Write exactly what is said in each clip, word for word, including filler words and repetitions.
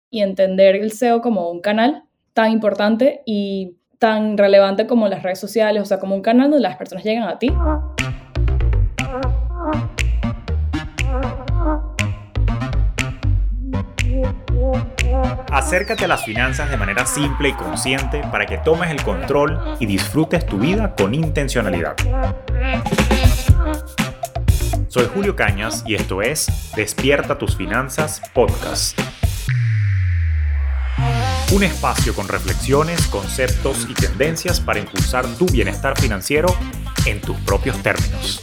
y entender el S E O como un canal tan importante y tan relevante como las redes sociales, o sea, como un canal donde las personas llegan a ti. Acércate a las finanzas de manera simple y consciente para que tomes el control y disfrutes tu vida con intencionalidad. Soy Julio Cañas y esto es Despierta tus Finanzas Podcast. Un espacio con reflexiones, conceptos y tendencias para impulsar tu bienestar financiero en tus propios términos.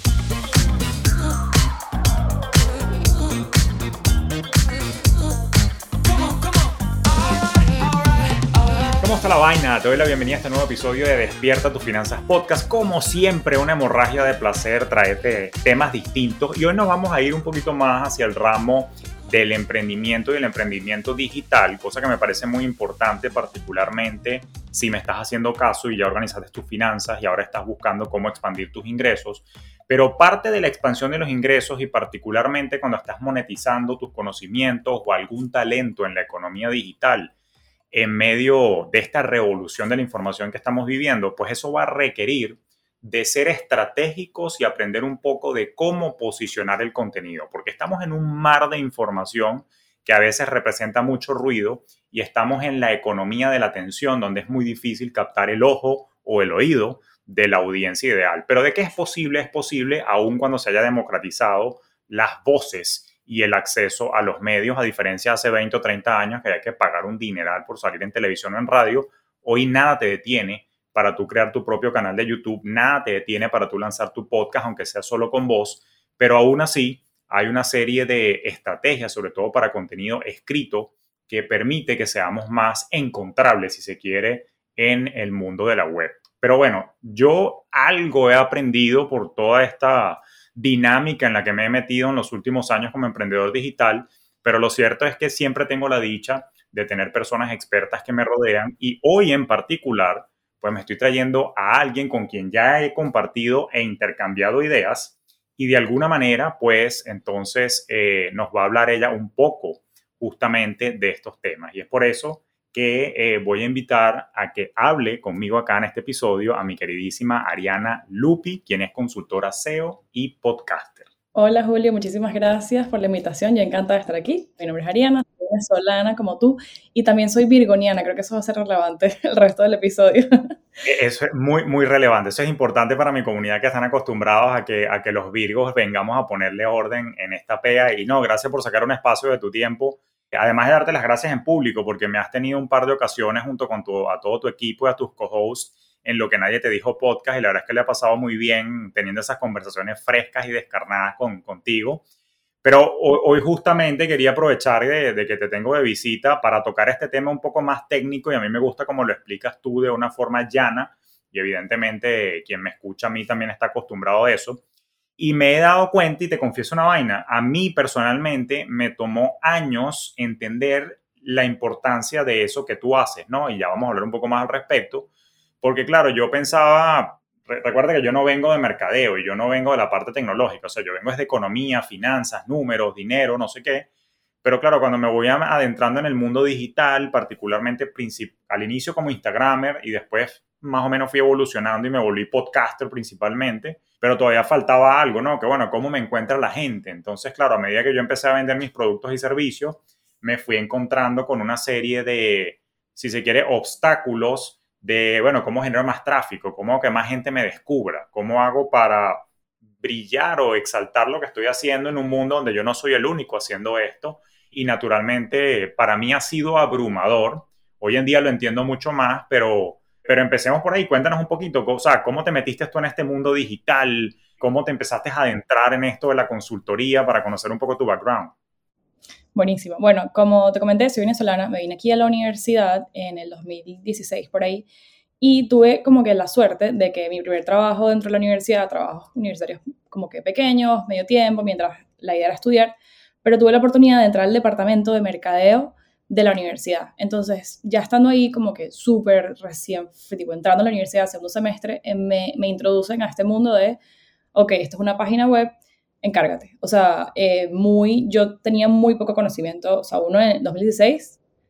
¿Cómo está la vaina? Te doy la bienvenida a este nuevo episodio de Despierta tus Finanzas Podcast. Como siempre, una hemorragia de placer, traerte temas distintos. Y hoy nos vamos a ir un poquito más hacia el ramo del emprendimiento y el emprendimiento digital, cosa que me parece muy importante, particularmente si me estás haciendo caso y ya organizaste tus finanzas y ahora estás buscando cómo expandir tus ingresos. Pero parte de la expansión de los ingresos y particularmente cuando estás monetizando tus conocimientos o algún talento en la economía digital, en medio de esta revolución de la información que estamos viviendo, pues eso va a requerir de ser estratégicos y aprender un poco de cómo posicionar el contenido, porque estamos en un mar de información que a veces representa mucho ruido y estamos en la economía de la atención, donde es muy difícil captar el ojo o el oído de la audiencia ideal. Pero ¿de qué es posible? Es posible aún cuando se haya democratizado las voces y el acceso a los medios, a diferencia de hace veinte o treinta años que hay que pagar un dineral por salir en televisión o en radio. Hoy nada te detiene para tú crear tu propio canal de YouTube, nada te detiene para tú lanzar tu podcast, aunque sea solo con voz, pero aún así hay una serie de estrategias, sobre todo para contenido escrito, que permite que seamos más encontrables, si se quiere, en el mundo de la web. Pero bueno, yo algo he aprendido por toda esta dinámica en la que me he metido en los últimos años como emprendedor digital, pero lo cierto es que siempre tengo la dicha de tener personas expertas que me rodean y hoy en particular, pues me estoy trayendo a alguien con quien ya he compartido e intercambiado ideas y de alguna manera, pues entonces eh, nos va a hablar ella un poco justamente de estos temas. Y es por eso que eh, voy a invitar a que hable conmigo acá en este episodio a mi queridísima Ariana Lupi, quien es consultora S E O y podcaster. Hola Julio, muchísimas gracias por la invitación, yo encantada de estar aquí. Mi nombre es Ariana, soy venezolana como tú y también soy virgoniana, creo que eso va a ser relevante el resto del episodio. Eso es muy, muy relevante, eso es importante para mi comunidad que están acostumbrados a que, a que los virgos vengamos a ponerle orden en esta pea y no, gracias por sacar un espacio de tu tiempo. Además de darte las gracias en público, porque me has tenido un par de ocasiones junto con tu, a todo tu equipo y a tus co-hosts en Lo que Nadie Te Dijo podcast, y la verdad es que le ha pasado muy bien teniendo esas conversaciones frescas y descarnadas con, contigo. Pero hoy, hoy justamente quería aprovechar de, de que te tengo de visita para tocar este tema un poco más técnico y a mí me gusta como lo explicas tú de una forma llana y evidentemente quien me escucha a mí también está acostumbrado a eso. Y me he dado cuenta y te confieso una vaina, a mí personalmente me tomó años entender la importancia de eso que tú haces, ¿no? Y ya vamos a hablar un poco más al respecto, porque claro, yo pensaba, re- recuerda que yo no vengo de mercadeo y yo no vengo de la parte tecnológica, o sea, yo vengo de economía, finanzas, números, dinero, no sé qué, pero claro, cuando me voy adentrando en el mundo digital, particularmente princip- al inicio como Instagramer y después más o menos fui evolucionando y me volví podcaster principalmente, pero todavía faltaba algo, ¿no? Que bueno, ¿cómo me encuentra la gente? Entonces, claro, a medida que yo empecé a vender mis productos y servicios, me fui encontrando con una serie de, si se quiere, obstáculos de, bueno, cómo genero más tráfico, cómo que más gente me descubra, cómo hago para brillar o exaltar lo que estoy haciendo en un mundo donde yo no soy el único haciendo esto. Y naturalmente para mí ha sido abrumador. Hoy en día lo entiendo mucho más, pero, pero empecemos por ahí. Cuéntanos un poquito, o sea, ¿cómo te metiste tú en este mundo digital? ¿Cómo te empezaste a adentrar en esto de la consultoría para conocer un poco tu background? Buenísimo. Bueno, como te comenté, soy venezolana, me vine aquí a la universidad en el dos mil dieciséis por ahí y tuve como que la suerte de que mi primer trabajo dentro de la universidad, trabajos universitarios como que pequeños, medio tiempo, mientras la idea era estudiar, pero tuve la oportunidad de entrar al departamento de mercadeo de la universidad. Entonces, ya estando ahí como que súper recién, tipo entrando a la universidad, segundo semestre, eh, me, me introducen a este mundo de, ok, esto es una página web, encárgate. O sea, eh, muy, yo tenía muy poco conocimiento. O sea, uno en dos mil dieciséis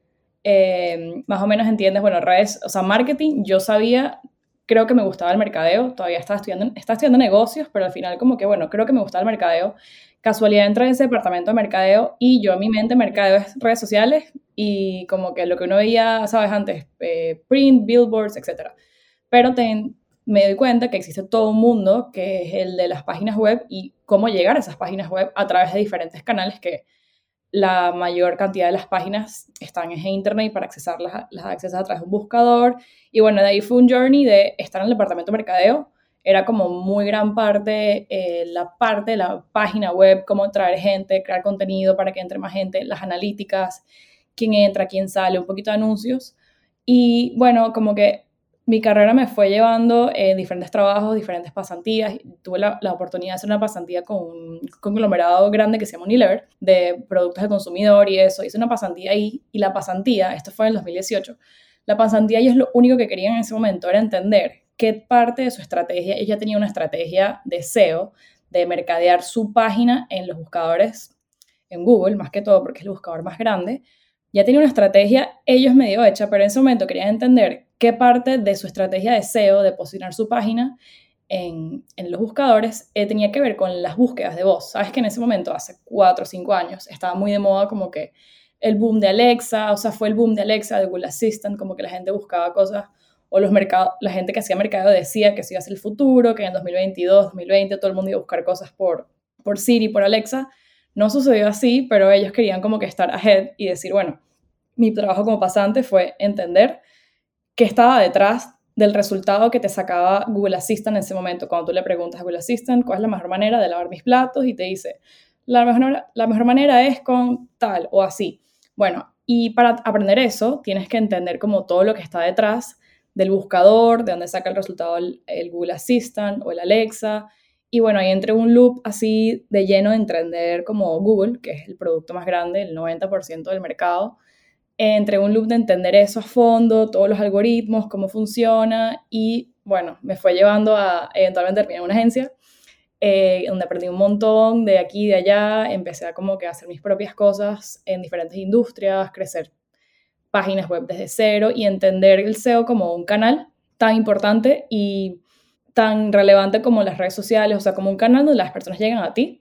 eh, más o menos entiendes, bueno, redes, o sea, marketing, yo sabía, creo que me gustaba el mercadeo, todavía estaba estudiando, estaba estudiando negocios, pero al final como que, bueno, creo que me gustaba el mercadeo. Casualidad entré en ese departamento de mercadeo y yo en mi mente mercadeo es redes sociales y como que lo que uno veía, sabes, antes, eh, print, billboards, etcétera. Pero te, me doy cuenta que existe todo un mundo que es el de las páginas web y cómo llegar a esas páginas web a través de diferentes canales que la mayor cantidad de las páginas están en internet y para accesarlas las accesas a través de un buscador. Y bueno, de ahí fue un journey de estar en el departamento de mercadeo. Era como muy gran parte, eh, la parte de la página web, cómo traer gente, crear contenido para que entre más gente, las analíticas, quién entra, quién sale, un poquito de anuncios. Y bueno, como que mi carrera me fue llevando en diferentes trabajos, diferentes pasantías. Tuve la, la oportunidad de hacer una pasantía con un conglomerado grande que se llama Unilever, de productos de consumidor y eso. Hice una pasantía ahí y la pasantía, esto fue en el dos mil dieciocho, la pasantía ellos lo único que querían en ese momento era entender qué parte de su estrategia, ella tenía una estrategia de S E O, de mercadear su página en los buscadores, en Google, más que todo porque es el buscador más grande. Ya tenía una estrategia ellos medio hecha, pero en ese momento querían entender qué parte de su estrategia de S E O, de posicionar su página en, en los buscadores, eh, tenía que ver con las búsquedas de voz. Sabes que en ese momento, hace cuatro o cinco años, estaba muy de moda como que el boom de Alexa, o sea, fue el boom de Alexa, de Google Assistant, como que la gente buscaba cosas, o los mercados, la gente que hacía mercado decía que eso iba a ser el futuro, que en el dos mil veintidós, dos mil veinte todo el mundo iba a buscar cosas por, por Siri, por Alexa. No sucedió así, pero ellos querían como que estar ahead y decir, bueno, mi trabajo como pasante fue entender qué estaba detrás del resultado que te sacaba Google Assistant en ese momento. Cuando tú le preguntas a Google Assistant cuál es la mejor manera de lavar mis platos y te dice, la mejor, la mejor manera es con tal o así. Bueno, y para aprender eso tienes que entender como todo lo que está detrás del buscador, de dónde saca el resultado el, el Google Assistant o el Alexa. Y bueno, ahí entré un loop así de lleno de entender como Google, que es el producto más grande, el noventa por ciento del mercado. Entré un loop de entender eso a fondo, todos los algoritmos, cómo funciona y bueno, me fue llevando a eventualmente terminar en una agencia eh, donde aprendí un montón de aquí y de allá, empecé a como que hacer mis propias cosas en diferentes industrias, crecer páginas web desde cero y entender el S E O como un canal tan importante y tan relevante como las redes sociales, o sea, como un canal donde las personas llegan a ti.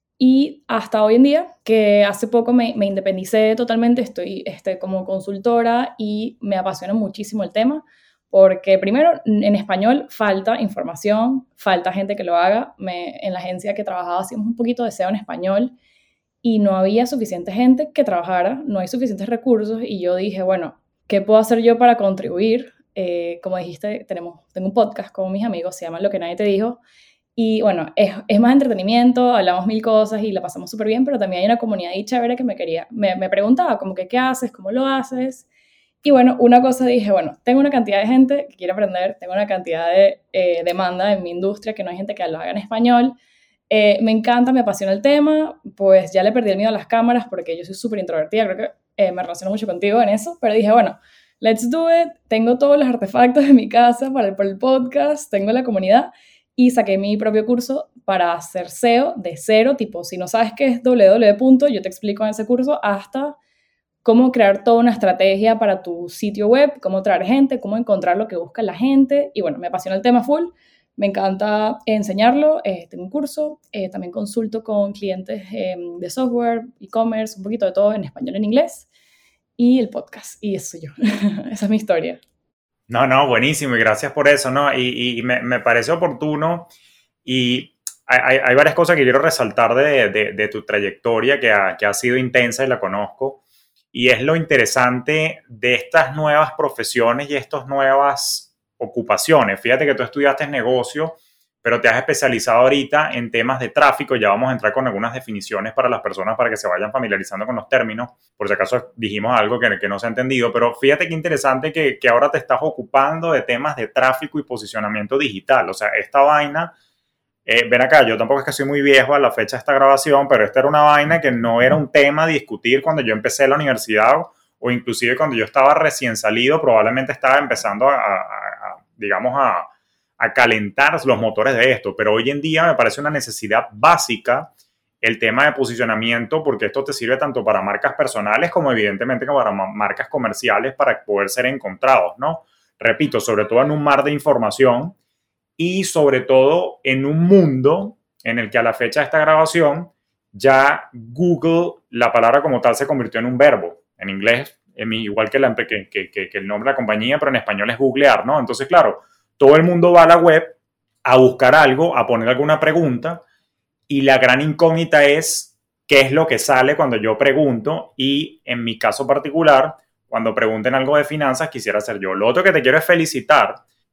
Y hasta hoy en día, que hace poco me, me independicé totalmente, estoy este, como consultora y me apasiona muchísimo el tema, porque primero, en español falta información, falta gente que lo haga. Me, en la agencia que trabajaba hacíamos un poquito de S E O en español y no había suficiente gente que trabajara, no hay suficientes recursos y yo dije, bueno, ¿qué puedo hacer yo para contribuir? Eh, como dijiste, tenemos, tengo un podcast con mis amigos, se llama Lo que nadie te dijo. Y bueno, es, es más entretenimiento, hablamos mil cosas y la pasamos súper bien, pero también hay una comunidad ahí chévere que me quería, me, me preguntaba como que qué haces, cómo lo haces. Y bueno, una cosa dije, bueno, tengo una cantidad de gente que quiere aprender, tengo una cantidad de eh, demanda en mi industria que no hay gente que lo haga en español. Eh, me encanta, me apasiona el tema, pues ya le perdí el miedo a las cámaras porque yo soy súper introvertida, creo que eh, me relaciono mucho contigo en eso, pero dije, bueno, let's do it, tengo todos los artefactos en mi casa para el, para el podcast, tengo la comunidad y saqué mi propio curso para hacer S E O de cero, tipo, si no sabes qué es doble u doble u doble u, yo te explico en ese curso hasta cómo crear toda una estrategia para tu sitio web, cómo traer gente, cómo encontrar lo que busca la gente. Y bueno, me apasiona el tema full, me encanta enseñarlo, eh, tengo un curso, eh, también consulto con clientes eh, de software, e-commerce, un poquito de todo en español y en inglés, y el podcast, y eso soy yo. Esa es mi historia. No, no, buenísimo y gracias por eso, ¿no? Y, y me, me parece oportuno y hay, hay varias cosas que quiero resaltar de, de, de tu trayectoria que ha, que ha sido intensa y la conozco. Y es lo interesante de estas nuevas profesiones y estas nuevas ocupaciones. Fíjate que tú estudiaste negocio, pero te has especializado ahorita en temas de tráfico. Ya vamos a entrar con algunas definiciones para las personas para que se vayan familiarizando con los términos. Por si acaso dijimos algo que, que no se ha entendido, pero fíjate qué interesante que, que ahora te estás ocupando de temas de tráfico y posicionamiento digital. O sea, esta vaina... Eh, ven acá, yo tampoco es que soy muy viejo a la fecha de esta grabación, pero esta era una vaina que no era un tema a discutir cuando yo empecé la universidad o inclusive cuando yo estaba recién salido, probablemente estaba empezando a, a, a digamos, a, a calentar los motores de esto, pero hoy en día me parece una necesidad básica el tema de posicionamiento, porque esto te sirve tanto para marcas personales como evidentemente como para marcas comerciales para poder ser encontrados, ¿no? Repito, sobre todo en un mar de información y sobre todo en un mundo en el que a la fecha de esta grabación ya Google, la palabra como tal, se convirtió en un verbo. En inglés, igual que, la, que, que, que el nombre de la compañía, pero en español es googlear, ¿no? Entonces, claro, todo el mundo va a la web a buscar algo, a poner alguna pregunta, y la gran incógnita es qué es lo que sale cuando yo pregunto, y en mi caso particular, cuando pregunten algo de finanzas, quisiera ser yo. Lo otro que te quiero es felicitar,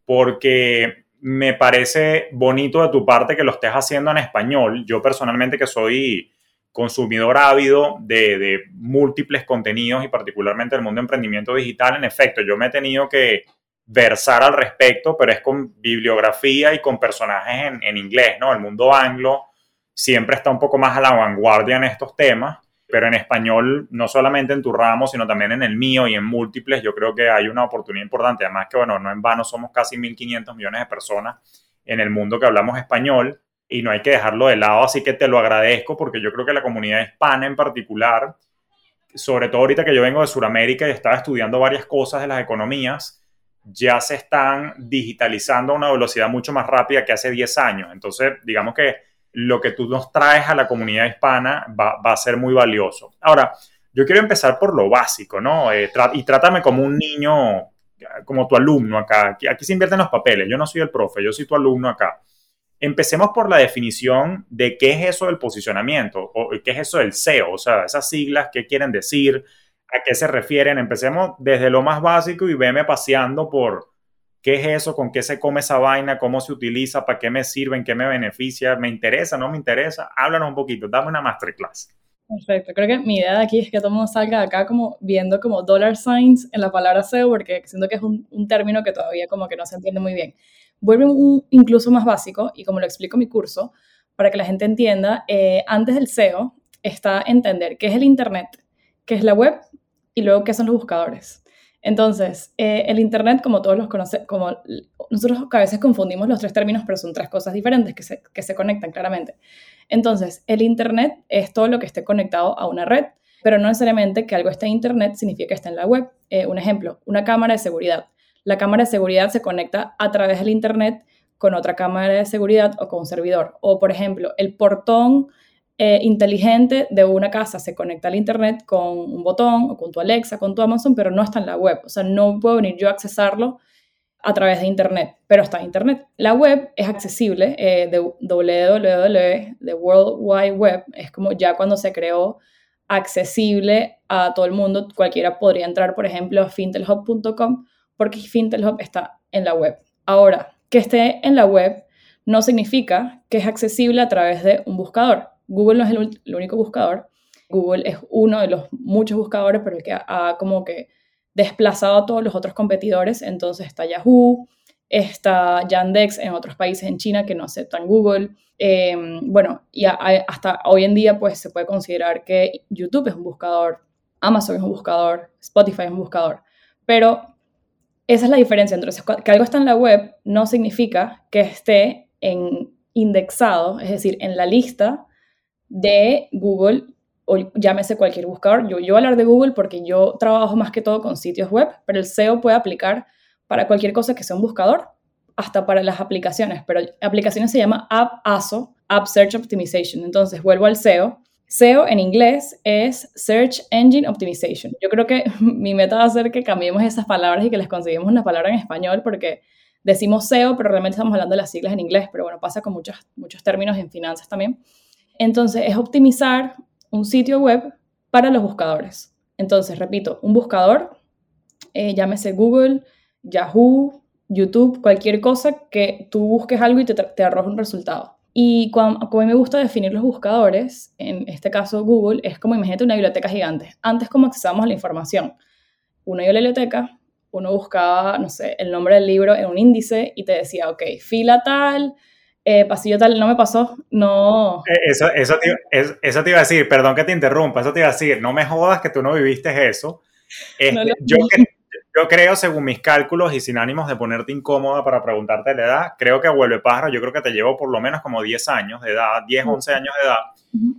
porque me parece bonito de tu parte que lo estés haciendo en español. Yo personalmente, que soy consumidor ávido de, de múltiples contenidos y particularmente del mundo de emprendimiento digital, en efecto, yo me he tenido que versar al respecto, pero es con bibliografía y con personajes en, en inglés, ¿no? El mundo anglo siempre está un poco más a la vanguardia en estos temas, pero en español, no solamente en tu ramo, sino también en el mío y en múltiples, yo creo que hay una oportunidad importante. Además que, bueno, no en vano somos casi mil quinientos millones de personas en el mundo que hablamos español y no hay que dejarlo de lado, así que te lo agradezco porque yo creo que la comunidad hispana en particular, sobre todo ahorita que yo vengo de Sudamérica y estaba estudiando varias cosas de las economías, ya se están digitalizando a una velocidad mucho más rápida que hace diez años. Entonces, digamos que lo que tú nos traes a la comunidad hispana va, va a ser muy valioso. Ahora, yo quiero empezar por lo básico, ¿no? Eh, tra- y trátame como un niño, como tu alumno acá. Aquí, aquí se invierten los papeles. Yo no soy el profe, yo soy tu alumno acá. Empecemos por la definición de qué es eso del posicionamiento o qué es eso del S E O. O sea, esas siglas, qué quieren decir, a qué se refieren. Empecemos desde lo más básico y veme paseando por qué es eso, con qué se come esa vaina, cómo se utiliza, para qué me sirve, en qué me beneficia, me interesa, no me interesa. Háblanos un poquito, dame una masterclass. Perfecto, creo que mi idea de aquí es que todo el mundo salga de acá como viendo como dollar signs en la palabra S E O, porque siento que es un, un término que todavía como que no se entiende muy bien. Vuelve un, incluso más básico, y como lo explico en mi curso, para que la gente entienda, eh, antes del S E O está entender qué es el Internet, qué es la web, y luego qué son los buscadores. Entonces, eh, el Internet, como todos los conocemos, como nosotros a veces confundimos los tres términos, pero son tres cosas diferentes que se, que se conectan claramente. Entonces, el Internet es todo lo que esté conectado a una red, pero no necesariamente que algo esté en Internet significa que está en la web. Eh, un ejemplo, una cámara de seguridad. La cámara de seguridad se conecta a través del Internet con otra cámara de seguridad o con un servidor. O, por ejemplo, el portón eh, inteligente de una casa se conecta al Internet con un botón o con tu Alexa, con tu Amazon, pero no está en la web. O sea, no puedo venir yo a accesarlo a través de Internet, pero está en Internet. La web es accesible, eh, de doble u doble u doble u, de World Wide Web, es como ya cuando se creó accesible a todo el mundo, cualquiera podría entrar, por ejemplo, a fintelhub punto com, porque Fintelhub está en la web. Ahora, que esté en la web no significa que es accesible a través de un buscador. Google no es el, el único buscador, Google es uno de los muchos buscadores, pero el que ha, ha como que desplazado a todos los otros competidores. Entonces está Yahoo, está Yandex en otros países en China que no aceptan Google. Eh, bueno, y a, a, hasta hoy en día pues se puede considerar que YouTube es un buscador, Amazon es un buscador, Spotify es un buscador. Pero esa es la diferencia. Entonces, que algo está en la web no significa que esté en indexado, es decir, en la lista de Google o llámese cualquier buscador. Yo, yo voy a hablar de Google porque yo trabajo más que todo con sitios web, pero el S E O puede aplicar para cualquier cosa que sea un buscador, hasta para las aplicaciones, pero aplicaciones se llama App A S O, App Search Optimization. Entonces, vuelvo al S E O. S E O en inglés es Search Engine Optimization. Yo creo que mi meta va a ser que cambiemos esas palabras y que les conseguimos una palabra en español, porque decimos S E O, pero realmente estamos hablando de las siglas en inglés, pero bueno, pasa con muchos, muchos términos en finanzas también. Entonces, es optimizar un sitio web para los buscadores. Entonces, repito, un buscador, eh, llámese Google, Yahoo, YouTube, cualquier cosa que tú busques algo y te, te arroje un resultado. Y como, como a mí me gusta definir los buscadores, en este caso Google, es como, imagínate una biblioteca gigante. Antes, ¿cómo accesábamos a la información? Uno iba a la biblioteca, uno buscaba, no sé, el nombre del libro en un índice y te decía, ok, fila tal, Eh, pasillo tal, no me pasó, no. Eso, eso, te, eso te iba a decir, perdón que te interrumpa, eso te iba a decir, no me jodas que tú no viviste eso. Este, no yo, yo creo, según mis cálculos y sin ánimos de ponerte incómoda para preguntarte la edad, creo que a Vuelve Pájaro, yo creo que te llevo por lo menos como diez años de edad, diez, once años de edad. Uh-huh.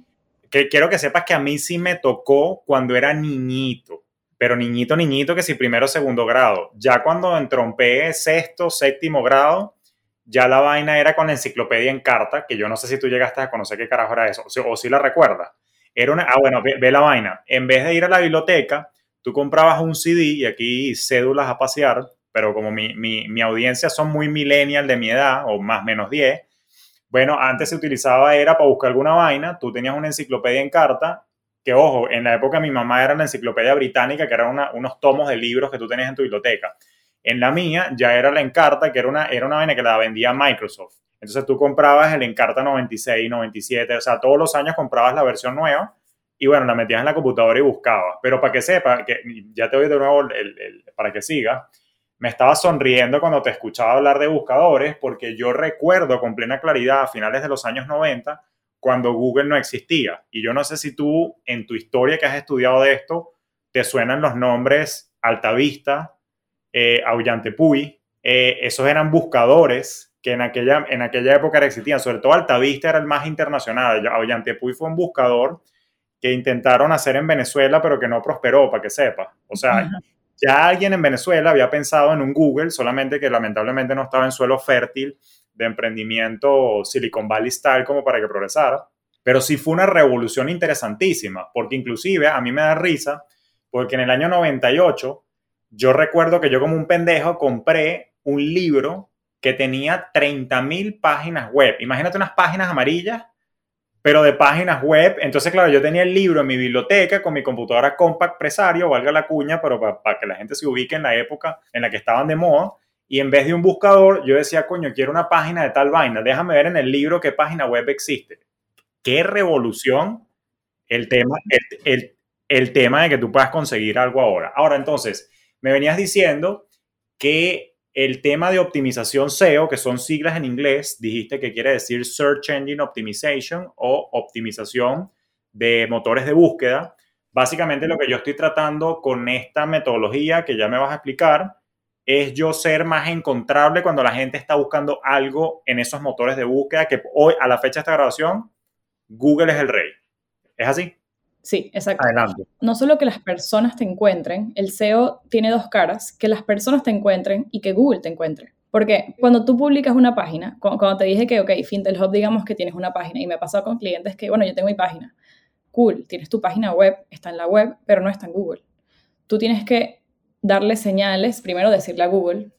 que quiero que sepas que a mí sí me tocó cuando era niñito, pero niñito, niñito, que si primero o segundo grado. Ya cuando entrompé sexto, séptimo grado, ya la vaina era con la enciclopedia en carta, que yo no sé si tú llegaste a conocer qué carajo era eso, o si, o si la recuerdas. Era una, ah, bueno, ve, ve la vaina. En vez de ir a la biblioteca, tú comprabas un C D, y aquí cédulas a pasear, pero como mi, mi, mi audiencia son muy millennial de mi edad, o más o menos diez, bueno, antes se utilizaba era para buscar alguna vaina, tú tenías una enciclopedia en carta, que ojo, en la época de mi mamá era la enciclopedia británica, que eran una, unos tomos de libros que tú tenías en tu biblioteca. En la mía ya era la Encarta, que era una, era una vaina que la vendía Microsoft. Entonces tú comprabas el Encarta noventa y seis, noventa y siete, o sea, todos los años comprabas la versión nueva y bueno, la metías en la computadora y buscabas. Pero para que sepas, que ya te doy de nuevo el, el, el, para que sigas, me estaba sonriendo cuando te escuchaba hablar de buscadores porque yo recuerdo con plena claridad a finales de los años noventa cuando Google no existía. Y yo no sé si tú, en tu historia que has estudiado de esto, te suenan los nombres Altavista, eh, Aullantepui, eh, esos eran buscadores que en aquella, en aquella época existían, sobre todo Altavista era el más internacional, Aullantepui fue un buscador que intentaron hacer en Venezuela pero que no prosperó, para que sepas. O sea, uh-huh. Ya alguien en Venezuela había pensado en un Google, solamente que lamentablemente no estaba en suelo fértil de emprendimiento Silicon Valley style como para que progresara, pero sí fue una revolución interesantísima, porque inclusive a mí me da risa, porque en el año noventa y ocho yo recuerdo que yo como un pendejo compré un libro que tenía treinta mil páginas web. Imagínate unas páginas amarillas, pero de páginas web. Entonces, claro, yo tenía el libro en mi biblioteca con mi computadora Compaq Presario, valga la cuña, pero para, para que la gente se ubique en la época en la que estaban de moda. Y en vez de un buscador, yo decía, coño, quiero una página de tal vaina. Déjame ver en el libro qué página web existe. ¡Qué revolución el tema, el, el, el tema de que tú puedas conseguir algo ahora! Ahora, entonces, me venías diciendo que el tema de optimización S E O, que son siglas en inglés, dijiste que quiere decir Search Engine Optimization o optimización de motores de búsqueda. Básicamente lo que yo estoy tratando con esta metodología que ya me vas a explicar es yo ser más encontrable cuando la gente está buscando algo en esos motores de búsqueda que hoy, a la fecha de esta grabación, Google es el rey. ¿Es así? Sí, exacto. Adelante. No solo que las personas te encuentren, el S E O tiene dos caras, que las personas te encuentren y que Google te encuentre. Porque cuando tú publicas una página, cuando te dije que, ok, Fintelhub, digamos que tienes una página, y me ha pasado con clientes que, bueno, yo tengo mi página. Cool, tienes tu página web, está en la web, pero no está en Google. Tú tienes que darle señales, primero decirle a Google,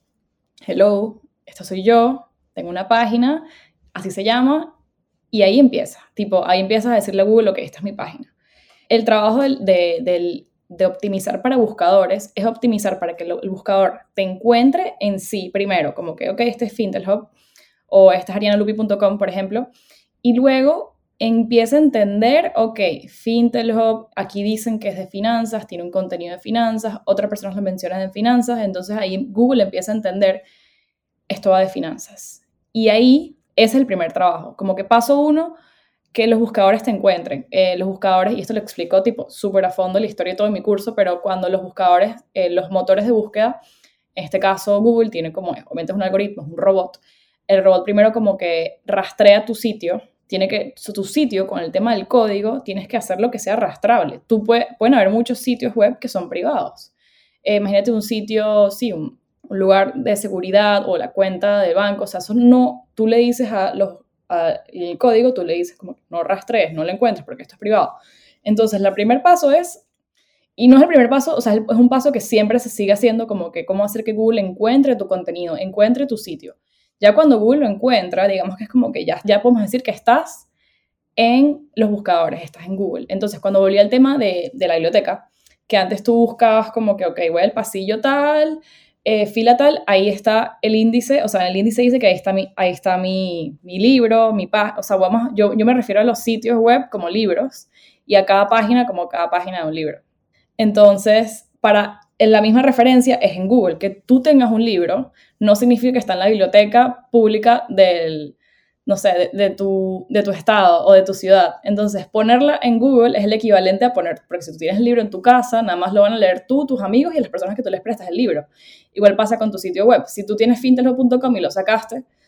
hello, esta soy yo, tengo una página, así se llama, y ahí empieza. Tipo, ahí empiezas a decirle a Google, ok, esta es mi página. El trabajo de, de, de, de optimizar para buscadores es optimizar para que lo, el buscador te encuentre en sí primero, como que, ok, este es Fintelhub o este es ariana lupi punto com, por ejemplo, y luego empieza a entender, ok, Fintelhub, aquí dicen que es de finanzas, tiene un contenido de finanzas, otras personas lo mencionan de finanzas, entonces ahí Google empieza a entender, esto va de finanzas. Y ahí es el primer trabajo, como que paso uno, que los buscadores te encuentren. Eh, los buscadores, y esto lo explico tipo súper a fondo la historia de todo mi curso, pero cuando los buscadores, eh, los motores de búsqueda, en este caso Google tiene como, obviamente es un algoritmo, es un robot. El robot primero como que rastrea tu sitio, tiene que, tu sitio con el tema del código, tienes que hacerlo que sea rastrable. Tú puede, pueden haber muchos sitios web que son privados. Eh, imagínate un sitio, sí, un, un lugar de seguridad o la cuenta del banco, o sea, eso no, tú le dices a los el código, tú le dices como no rastrees, no lo encuentres porque esto es privado. Entonces, el primer paso es, y no es el primer paso, o sea, es un paso que siempre se sigue haciendo, como que cómo hacer que Google encuentre tu contenido, encuentre tu sitio. Ya cuando Google lo encuentra, digamos que es como que ya, ya podemos decir que estás en los buscadores, estás en Google. Entonces, cuando volví al tema de, de la biblioteca, que antes tú buscabas como que, ok, voy al pasillo tal, Eh, fila tal, ahí está el índice, o sea, el índice dice que ahí está mi, ahí está mi, mi libro, mi página, o sea, vamos, yo, yo me refiero a los sitios web como libros y a cada página como cada página de un libro. Entonces, para en la misma referencia es en Google, que tú tengas un libro no significa que está en la biblioteca pública del, no sé, de, de, tu, de tu estado o de tu ciudad. Entonces, ponerla en Google es el equivalente a poner, porque si tú tienes el libro en tu casa, nada más lo van a leer tú, tus amigos y las personas que tú les prestas el libro. Igual pasa con tu sitio web. Si tú tienes fintelhub punto com y lo sacaste,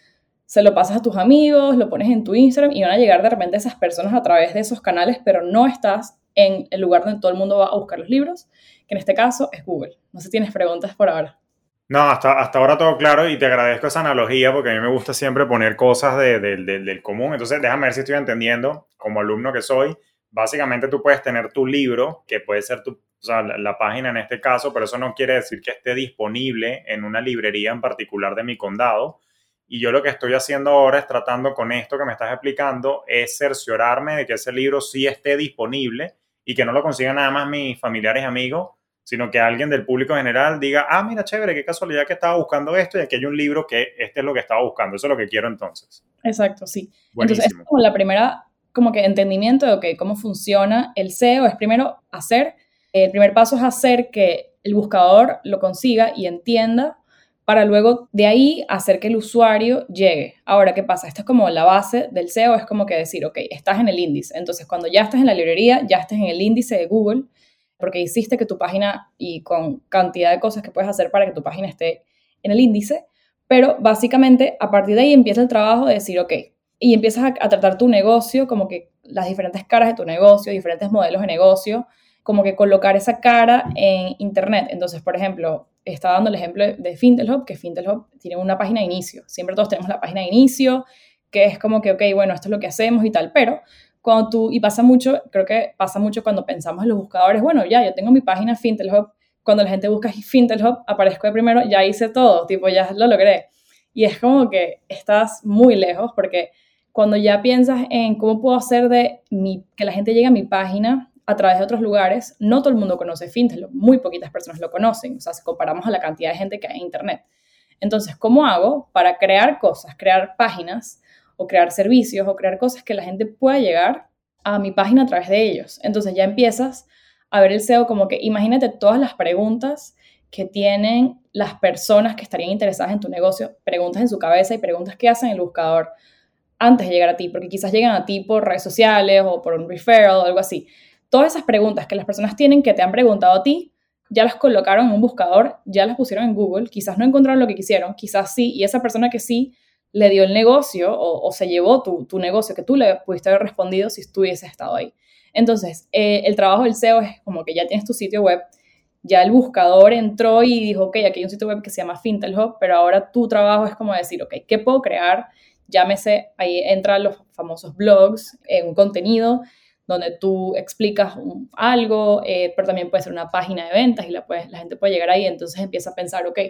se lo pasas a tus amigos, lo pones en tu Instagram y van a llegar de repente esas personas a través de esos canales, pero no estás en el lugar donde todo el mundo va a buscar los libros, que en este caso es Google. No sé si tienes preguntas por ahora. No, hasta, hasta ahora todo claro y te agradezco esa analogía porque a mí me gusta siempre poner cosas de, de, de, del común. Entonces, déjame ver si estoy entendiendo, como alumno que soy. Básicamente tú puedes tener tu libro, que puede ser tu, o sea, la, la página en este caso, pero eso no quiere decir que esté disponible en una librería en particular de mi condado. Y yo lo que estoy haciendo ahora es tratando con esto que me estás explicando, es cerciorarme de que ese libro sí esté disponible y que no lo consigan nada más mis familiares y amigos, sino que alguien del público general diga, ah, mira, chévere, qué casualidad que estaba buscando esto y aquí hay un libro que este es lo que estaba buscando. Eso es lo que quiero entonces. Exacto, sí. Buenísimo. Entonces, es como la primera, como que entendimiento de, ok, cómo funciona el S E O. Es primero hacer, el primer paso es hacer que el buscador lo consiga y entienda para luego de ahí hacer que el usuario llegue. Ahora, ¿qué pasa? Esto es como la base del S E O, es como que decir, ok, estás en el índice. Entonces, cuando ya estás en la librería, ya estás en el índice de Google, porque hiciste que tu página, y con cantidad de cosas que puedes hacer para que tu página esté en el índice, pero básicamente a partir de ahí empieza el trabajo de decir, ok, y empiezas a, a tratar tu negocio, como que las diferentes caras de tu negocio, diferentes modelos de negocio, como que colocar esa cara en internet. Entonces, por ejemplo, estaba dando el ejemplo de Fintelhub, que Fintelhub tiene una página de inicio. Siempre todos tenemos la página de inicio, que es como que, ok, bueno, esto es lo que hacemos y tal, pero cuando tú, y pasa mucho, creo que pasa mucho cuando pensamos en los buscadores, bueno, ya, yo tengo mi página Fintelhub, cuando la gente busca Fintelhub, aparezco de primero, ya hice todo, tipo, ya lo logré. Y es como que estás muy lejos, porque cuando ya piensas en cómo puedo hacer de mi, que la gente llegue a mi página a través de otros lugares, no todo el mundo conoce Fintelhub, muy poquitas personas lo conocen, o sea, si comparamos a la cantidad de gente que hay en Internet. Entonces, ¿cómo hago para crear cosas, crear páginas, o crear servicios, o crear cosas que la gente pueda llegar a mi página a través de ellos? Entonces ya empiezas a ver el S E O como que, imagínate todas las preguntas que tienen las personas que estarían interesadas en tu negocio, preguntas en su cabeza y preguntas que hacen el buscador antes de llegar a ti, porque quizás llegan a ti por redes sociales o por un referral o algo así. Todas esas preguntas que las personas tienen que te han preguntado a ti, ya las colocaron en un buscador, ya las pusieron en Google, quizás no encontraron lo que quisieron, quizás sí, y esa persona que sí le dio el negocio o, o se llevó tu, tu negocio que tú le pudiste haber respondido si estuvieses estado ahí. Entonces, eh, el trabajo del S E O es como que ya tienes tu sitio web, ya el buscador entró y dijo, ok, aquí hay un sitio web que se llama Fintelhub, pero ahora tu trabajo es como decir, ok, ¿qué puedo crear? Llámese, ahí entran los famosos blogs, eh, un contenido donde tú explicas un, algo, eh, pero también puede ser una página de ventas y la, puedes, la gente puede llegar ahí, entonces empieza a pensar, ok,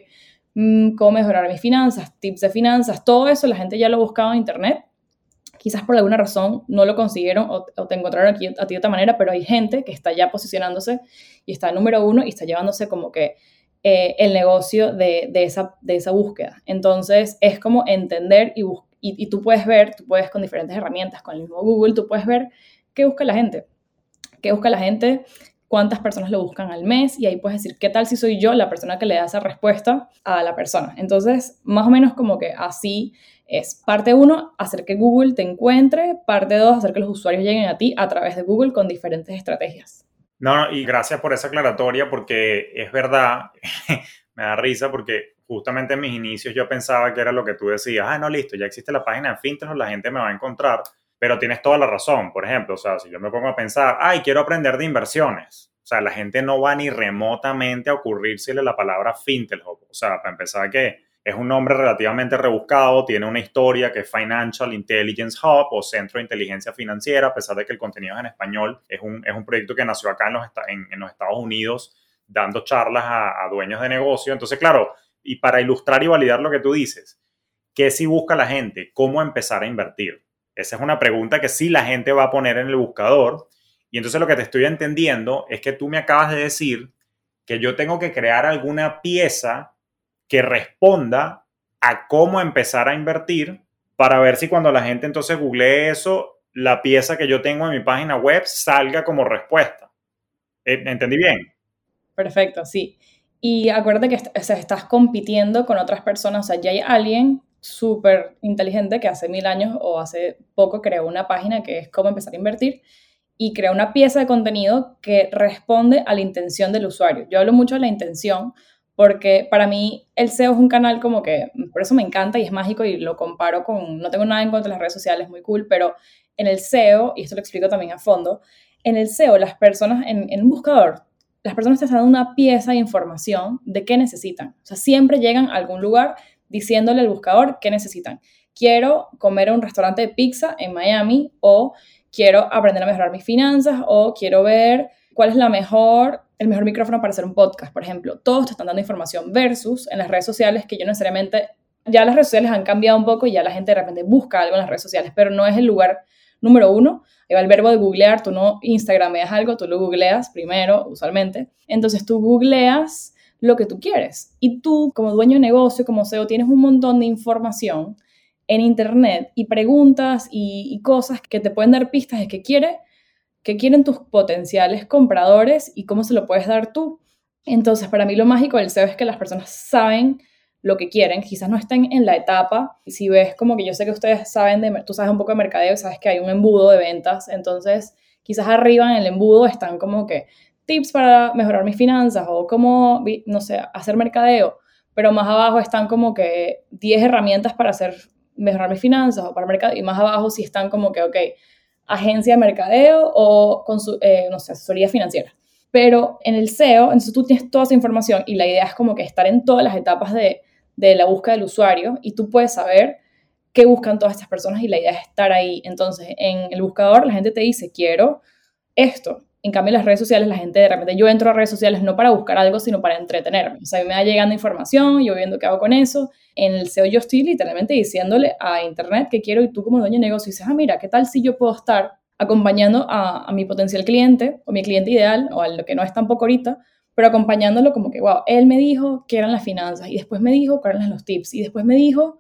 cómo mejorar mis finanzas, tips de finanzas, todo eso la gente ya lo buscaba en internet, quizás por alguna razón no lo consiguieron o, o te encontraron aquí a ti de otra manera, pero hay gente que está ya posicionándose y está número uno y está llevándose como que eh, el negocio de, de, esa, de esa búsqueda. Entonces es como entender y, y, y tú puedes ver, tú puedes con diferentes herramientas, con el mismo Google, tú puedes ver qué busca la gente, qué busca la gente, cuántas personas lo buscan al mes, y ahí puedes decir, ¿qué tal si soy yo la persona que le da esa respuesta a la persona? Entonces, más o menos como que así es. Parte uno, hacer que Google te encuentre. Parte dos, hacer que los usuarios lleguen a ti a través de Google con diferentes estrategias. No, no, y gracias por esa aclaratoria, porque es verdad, me da risa, porque justamente en mis inicios yo pensaba que era lo que tú decías, ah, no, listo, ya existe la página de Fintelhub, la gente me va a encontrar. Pero tienes toda la razón. Por ejemplo, o sea, si yo me pongo a pensar, ay, quiero aprender de inversiones. O sea, la gente no va ni remotamente a ocurrírsele la palabra Fintelhub. O sea, para empezar, que es un nombre relativamente rebuscado, tiene una historia que es Financial Intelligence Hub o Centro de Inteligencia Financiera, a pesar de que el contenido es en español. Es un, es un proyecto que nació acá en los, en, en los Estados Unidos, dando charlas a, a dueños de negocio. Entonces, claro, y para ilustrar y validar lo que tú dices, ¿qué si busca la gente? ¿Cómo empezar a invertir? Esa es una pregunta que sí la gente va a poner en el buscador. Y entonces lo que te estoy entendiendo es que tú me acabas de decir que yo tengo que crear alguna pieza que responda a cómo empezar a invertir para ver si cuando la gente entonces googlee eso, la pieza que yo tengo en mi página web salga como respuesta. ¿Entendí bien? Perfecto, sí. Y acuérdate que o sea, estás compitiendo con otras personas. O sea, ya hay alguien súper inteligente que hace mil años o hace poco creó una página que es cómo empezar a invertir y creó una pieza de contenido que responde a la intención del usuario. Yo hablo mucho de la intención porque para mí el S E O es un canal como que, por eso me encanta y es mágico y lo comparo con, no tengo nada en contra de las redes sociales, muy cool, pero en el S E O, y esto lo explico también a fondo, en el S E O las personas, en, en un buscador, las personas te están dando una pieza de información de qué necesitan. O sea, siempre llegan a algún lugar diciéndole al buscador qué necesitan. Quiero comer en un restaurante de pizza en Miami, o quiero aprender a mejorar mis finanzas, o quiero ver cuál es la mejor, el mejor micrófono para hacer un podcast, por ejemplo. Todos te están dando información versus en las redes sociales, que yo no necesariamente, ya las redes sociales han cambiado un poco y ya la gente de repente busca algo en las redes sociales, pero no es el lugar número uno. Ahí va el verbo de googlear, tú no instagrameas algo, tú lo googleas primero, usualmente. Entonces tú googleas lo que tú quieres. Y tú, como dueño de negocio, como S E O, tienes un montón de información en internet y preguntas y, y cosas que te pueden dar pistas de qué quiere, qué quieren tus potenciales compradores y cómo se lo puedes dar tú. Entonces, para mí lo mágico del S E O es que las personas saben lo que quieren, quizás no estén en la etapa, y si ves como que yo sé que ustedes saben, de, tú sabes un poco de mercadeo y sabes que hay un embudo de ventas, entonces quizás arriba en el embudo están como que tips para mejorar mis finanzas o cómo, no sé, hacer mercadeo, pero más abajo están como que diez herramientas para hacer, mejorar mis finanzas o para mercadeo, y más abajo sí están como que, ok, agencia de mercadeo o, con su, eh, no sé, asesoría financiera. Pero en el S E O, entonces tú tienes toda esa información y la idea es como que estar en todas las etapas de de la búsqueda del usuario y tú puedes saber qué buscan todas estas personas y la idea es estar ahí. Entonces, en el buscador la gente te dice, quiero esto. En cambio, en las redes sociales la gente de repente, yo entro a redes sociales no para buscar algo, sino para entretenerme. O sea, a mí me va llegando información, yo viendo qué hago con eso. En el S E O yo estoy literalmente diciéndole a internet qué quiero y tú como dueño de negocio dices, ah, mira, ¿qué tal si yo puedo estar acompañando a, a mi potencial cliente o mi cliente ideal o a lo que no es tampoco ahorita, pero acompañándolo como que, wow, él me dijo qué eran las finanzas y después me dijo cuáles eran los tips y después me dijo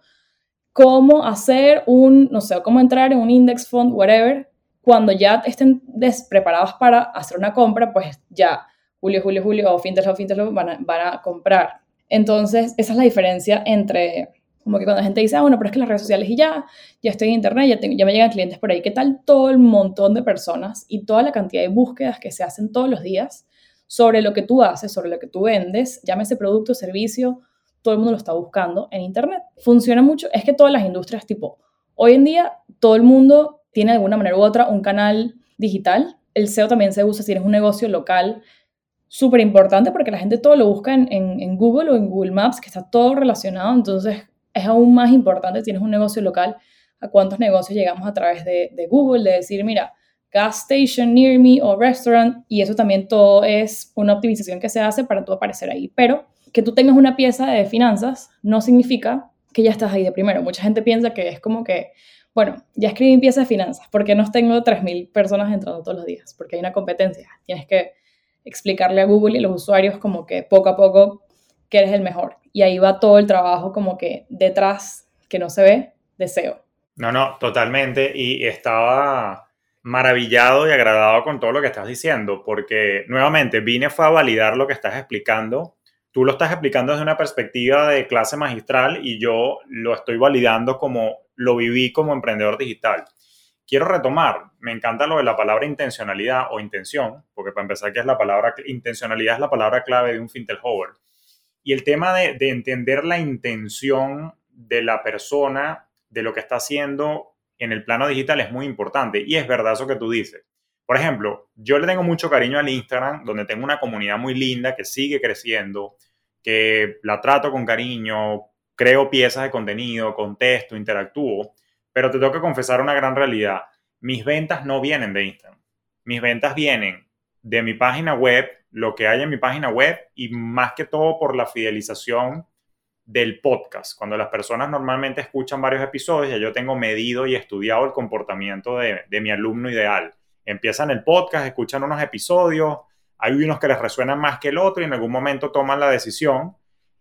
cómo hacer un, no sé, cómo entrar en un index fund, whatever, cuando ya estén despreparados para hacer una compra, pues ya julio, julio, julio o Fintelhub, Fintelhub van a, van a comprar. Entonces, esa es la diferencia entre, como que cuando la gente dice, ah, bueno, pero es que las redes sociales y ya, ya estoy en internet, ya, tengo, ya me llegan clientes por ahí, ¿qué tal todo el montón de personas y toda la cantidad de búsquedas que se hacen todos los días sobre lo que tú haces, sobre lo que tú vendes, llámese producto, servicio, todo el mundo lo está buscando en internet. Funciona mucho, es que todas las industrias, tipo, hoy en día todo el mundo tiene de alguna manera u otra un canal digital. El S E O también se usa si eres un negocio local, súper importante porque la gente todo lo busca en, en, en Google o en Google Maps, que está todo relacionado, entonces es aún más importante si tienes un negocio local, a cuántos negocios llegamos a través de, de Google, de decir, mira, gas station near me o restaurant, y eso también todo es una optimización que se hace para tú aparecer ahí. Pero que tú tengas una pieza de finanzas no significa que ya estás ahí de primero. Mucha gente piensa que es como que, bueno, ya escribí mi pieza de finanzas, ¿por qué no tengo tres mil personas entrando todos los días? Porque hay una competencia. Tienes que explicarle a Google y a los usuarios como que poco a poco que eres el mejor. Y ahí va todo el trabajo como que detrás, que no se ve, de S E O. No, no, totalmente. Y estaba maravillado y agradado con todo lo que estás diciendo, porque nuevamente vine fue a validar lo que estás explicando. Tú lo estás explicando desde una perspectiva de clase magistral y yo lo estoy validando como lo viví como emprendedor digital. Quiero retomar, me encanta lo de la palabra intencionalidad o intención, porque para empezar, que es la palabra, intencionalidad es la palabra clave de un Fintelhover. Y el tema de, de entender la intención de la persona, de lo que está haciendo en el plano digital es muy importante. Y es verdad eso que tú dices. Por ejemplo, yo le tengo mucho cariño al Instagram, donde tengo una comunidad muy linda que sigue creciendo, que la trato con cariño, creo piezas de contenido, contesto, interactúo, pero te tengo que confesar una gran realidad. Mis ventas no vienen de Instagram. Mis ventas vienen de mi página web, lo que hay en mi página web y más que todo por la fidelización del podcast. Cuando las personas normalmente escuchan varios episodios, ya yo tengo medido y estudiado el comportamiento de, de mi alumno ideal. Empiezan el podcast, escuchan unos episodios, hay unos que les resuenan más que el otro y en algún momento toman la decisión.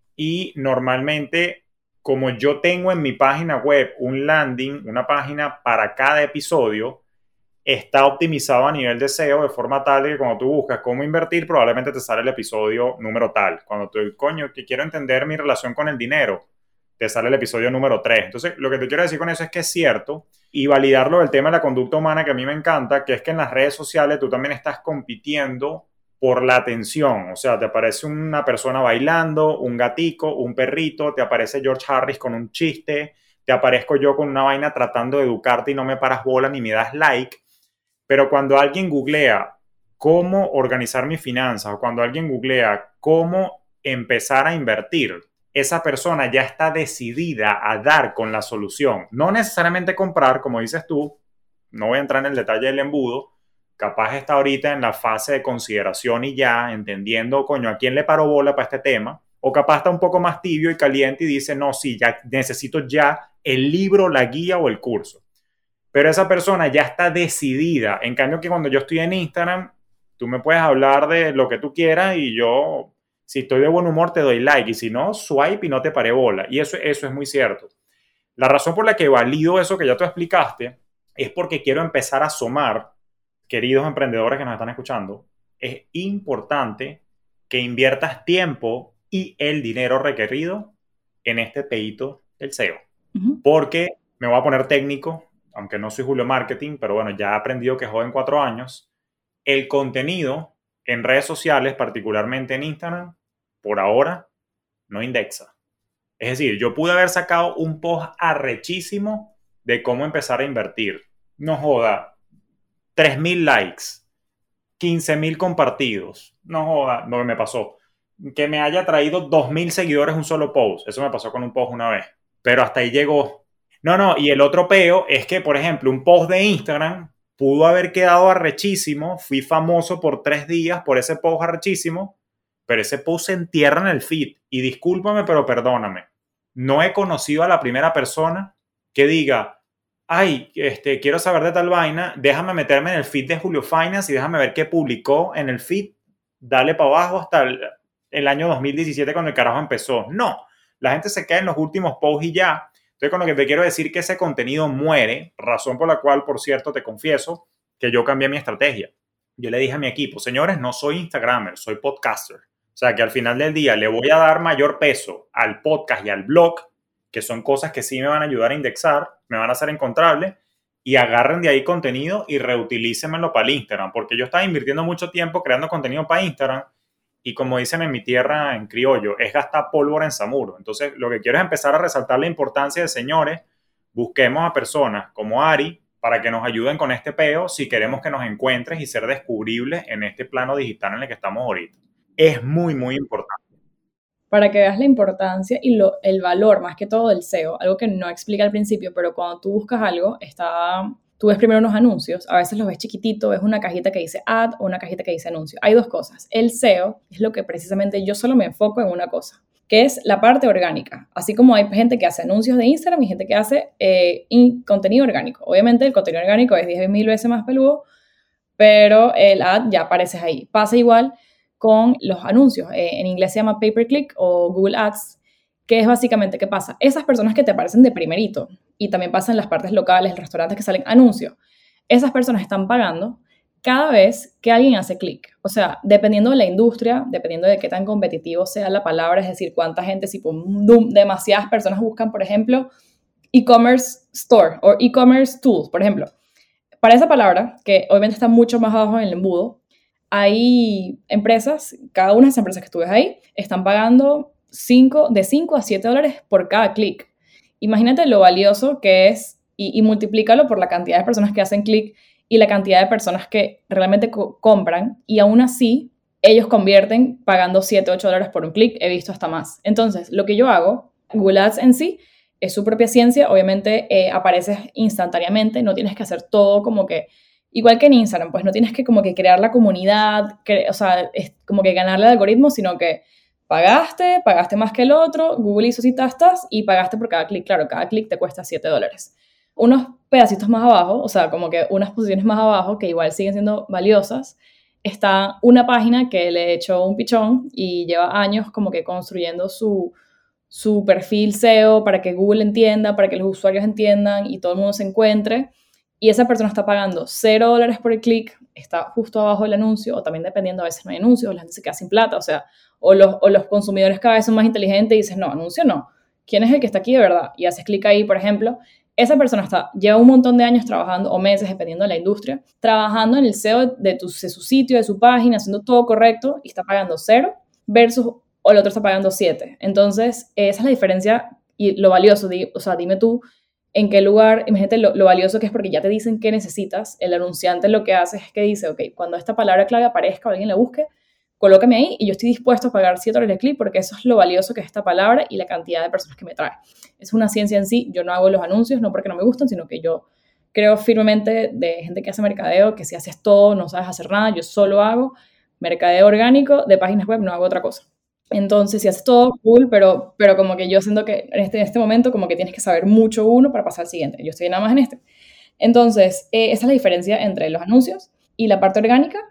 Y normalmente, como yo tengo en mi página web un landing, una página para cada episodio, está optimizado a nivel de S E O de forma tal que cuando tú buscas cómo invertir, probablemente te sale el episodio número tal. Cuando tú, coño, que quiero entender mi relación con el dinero, te sale el episodio número tres. Entonces, lo que te quiero decir con eso es que es cierto y validarlo del tema de la conducta humana que a mí me encanta, que es que en las redes sociales tú también estás compitiendo por la atención. O sea, te aparece una persona bailando, un gatico, un perrito, te aparece George Harris con un chiste, te aparezco yo con una vaina tratando de educarte y no me paras bola ni me das like. Pero cuando alguien googlea cómo organizar mis finanzas o cuando alguien googlea cómo empezar a invertir, esa persona ya está decidida a dar con la solución. No necesariamente comprar, como dices tú, no voy a entrar en el detalle del embudo, capaz está ahorita en la fase de consideración y ya, entendiendo, coño, a quién le paro bola para este tema, o capaz está un poco más tibio y caliente y dice, no, sí, ya necesito ya el libro, la guía o el curso. Pero esa persona ya está decidida. En cambio que cuando yo estoy en Instagram, tú me puedes hablar de lo que tú quieras y yo, si estoy de buen humor, te doy like, y si no, swipe y no te paré bola. Y eso, eso es muy cierto. La razón por la que valido eso que ya tú explicaste es porque quiero empezar a asomar, queridos emprendedores que nos están escuchando, es importante que inviertas tiempo y el dinero requerido en este pedito del S E O. Uh-huh. Porque me voy a poner técnico, aunque no soy Julio Marketing, pero bueno, ya he aprendido que joden cuatro años. El contenido en redes sociales, particularmente en Instagram, por ahora no indexa. Es decir, yo pude haber sacado un post arrechísimo de cómo empezar a invertir. No joda, tres mil likes, quince mil compartidos. No joda, no me pasó. Que me haya traído dos mil seguidores un solo post. Eso me pasó con un post una vez. Pero hasta ahí llegó. No, no, y el otro peo es que, por ejemplo, un post de Instagram pudo haber quedado arrechísimo. Fui famoso por tres días por ese post arrechísimo, pero ese post se entierra en el feed. Y discúlpame, pero perdóname. No he conocido a la primera persona que diga, ay, este, quiero saber de tal vaina, déjame meterme en el feed de Julio Finance y déjame ver qué publicó en el feed. Dale para abajo hasta el, el año dos mil diecisiete cuando el carajo empezó. No, la gente se queda en los últimos posts y ya. Entonces, con lo que te quiero decir que ese contenido muere, razón por la cual, por cierto, te confieso que yo cambié mi estrategia. Yo le dije a mi equipo, señores, no soy Instagramer, soy podcaster. O sea, que al final del día le voy a dar mayor peso al podcast y al blog, que son cosas que sí me van a ayudar a indexar, me van a hacer encontrable, y agarren de ahí contenido y reutilícenmelo para el Instagram, porque yo estaba invirtiendo mucho tiempo creando contenido para Instagram, y como dicen en mi tierra, en criollo, es gastar pólvora en samuro. Entonces, lo que quiero es empezar a resaltar la importancia de, señores, busquemos a personas como Ari para que nos ayuden con este peo si queremos que nos encuentres y ser descubribles en este plano digital en el que estamos ahorita. Es muy, muy importante. Para que veas la importancia y lo, el valor, más que todo, del S E O, algo que no explica al principio, pero cuando tú buscas algo, está, tú ves primero unos anuncios, a veces los ves chiquitito, ves una cajita que dice ad o una cajita que dice anuncio. Hay dos cosas. El S E O es lo que precisamente yo solo me enfoco en una cosa, que es la parte orgánica. Así como hay gente que hace anuncios de Instagram y gente que hace eh, in, contenido orgánico. Obviamente el contenido orgánico es diez mil veces más peludo, pero el ad ya apareces ahí. Pasa igual con los anuncios. Eh, en inglés se llama pay-per-click o Google Ads, que es básicamente, ¿qué pasa? Esas personas que te aparecen de primerito, y también pasa en las partes locales, restaurantes que salen anuncios, esas personas están pagando cada vez que alguien hace clic. O sea, dependiendo de la industria, dependiendo de qué tan competitivo sea la palabra, es decir, cuánta gente, si demasiadas personas buscan, por ejemplo, e-commerce store o e-commerce tools, por ejemplo. Para esa palabra, que obviamente está mucho más abajo en el embudo, hay empresas, cada una de esas empresas que tú ves ahí, están pagando cinco, de cinco a siete dólares por cada clic. Imagínate lo valioso que es y, y multiplícalo por la cantidad de personas que hacen clic y la cantidad de personas que realmente co- compran, y aún así ellos convierten pagando siete, ocho dólares por un clic. He visto hasta más. Entonces, lo que yo hago, Google Ads en sí, es su propia ciencia. Obviamente eh, apareces instantáneamente, no tienes que hacer todo como que igual que en Instagram, pues no tienes que como que crear la comunidad, que, o sea, es como que ganarle al algoritmo, sino que pagaste, pagaste más que el otro, Google hizo citastas y pagaste por cada clic. Claro, cada clic te cuesta siete dólares. Unos pedacitos más abajo, o sea, como que unas posiciones más abajo, que igual siguen siendo valiosas, está una página que le echó un pichón y lleva años como que construyendo su, su perfil S E O para que Google entienda, para que los usuarios entiendan y todo el mundo se encuentre. Y esa persona está pagando cero dólares por el clic, está justo abajo del anuncio, o también dependiendo, a veces no hay anuncios, la gente se queda sin plata, o sea, o los, o los consumidores cada vez son más inteligentes y dices, no, anuncio no, ¿quién es el que está aquí de verdad? Y haces clic ahí, por ejemplo, esa persona está, lleva un montón de años trabajando, o meses, dependiendo de la industria, trabajando en el S E O de, tu, de su sitio, de su página, haciendo todo correcto, y está pagando cero, versus, o el otro está pagando siete. Entonces, esa es la diferencia y lo valioso. Di, o sea, dime tú, en qué lugar, imagínate lo, lo valioso que es, porque ya te dicen qué necesitas. El anunciante lo que hace es que dice, ok, cuando esta palabra clave aparezca o alguien la busque, colócame ahí y yo estoy dispuesto a pagar siete dólares de clic, porque eso es lo valioso que es esta palabra y la cantidad de personas que me trae. Es una ciencia en sí. Yo no hago los anuncios, no porque no me gustan, sino que yo creo firmemente de gente que hace mercadeo, que si haces todo, no sabes hacer nada. Yo solo hago mercadeo orgánico de páginas web, no hago otra cosa. Entonces, si haces todo, cool, pero, pero como que yo siento que en este, en este momento como que tienes que saber mucho uno para pasar al siguiente. Yo estoy nada más en este. Entonces, eh, esa es la diferencia entre los anuncios y la parte orgánica.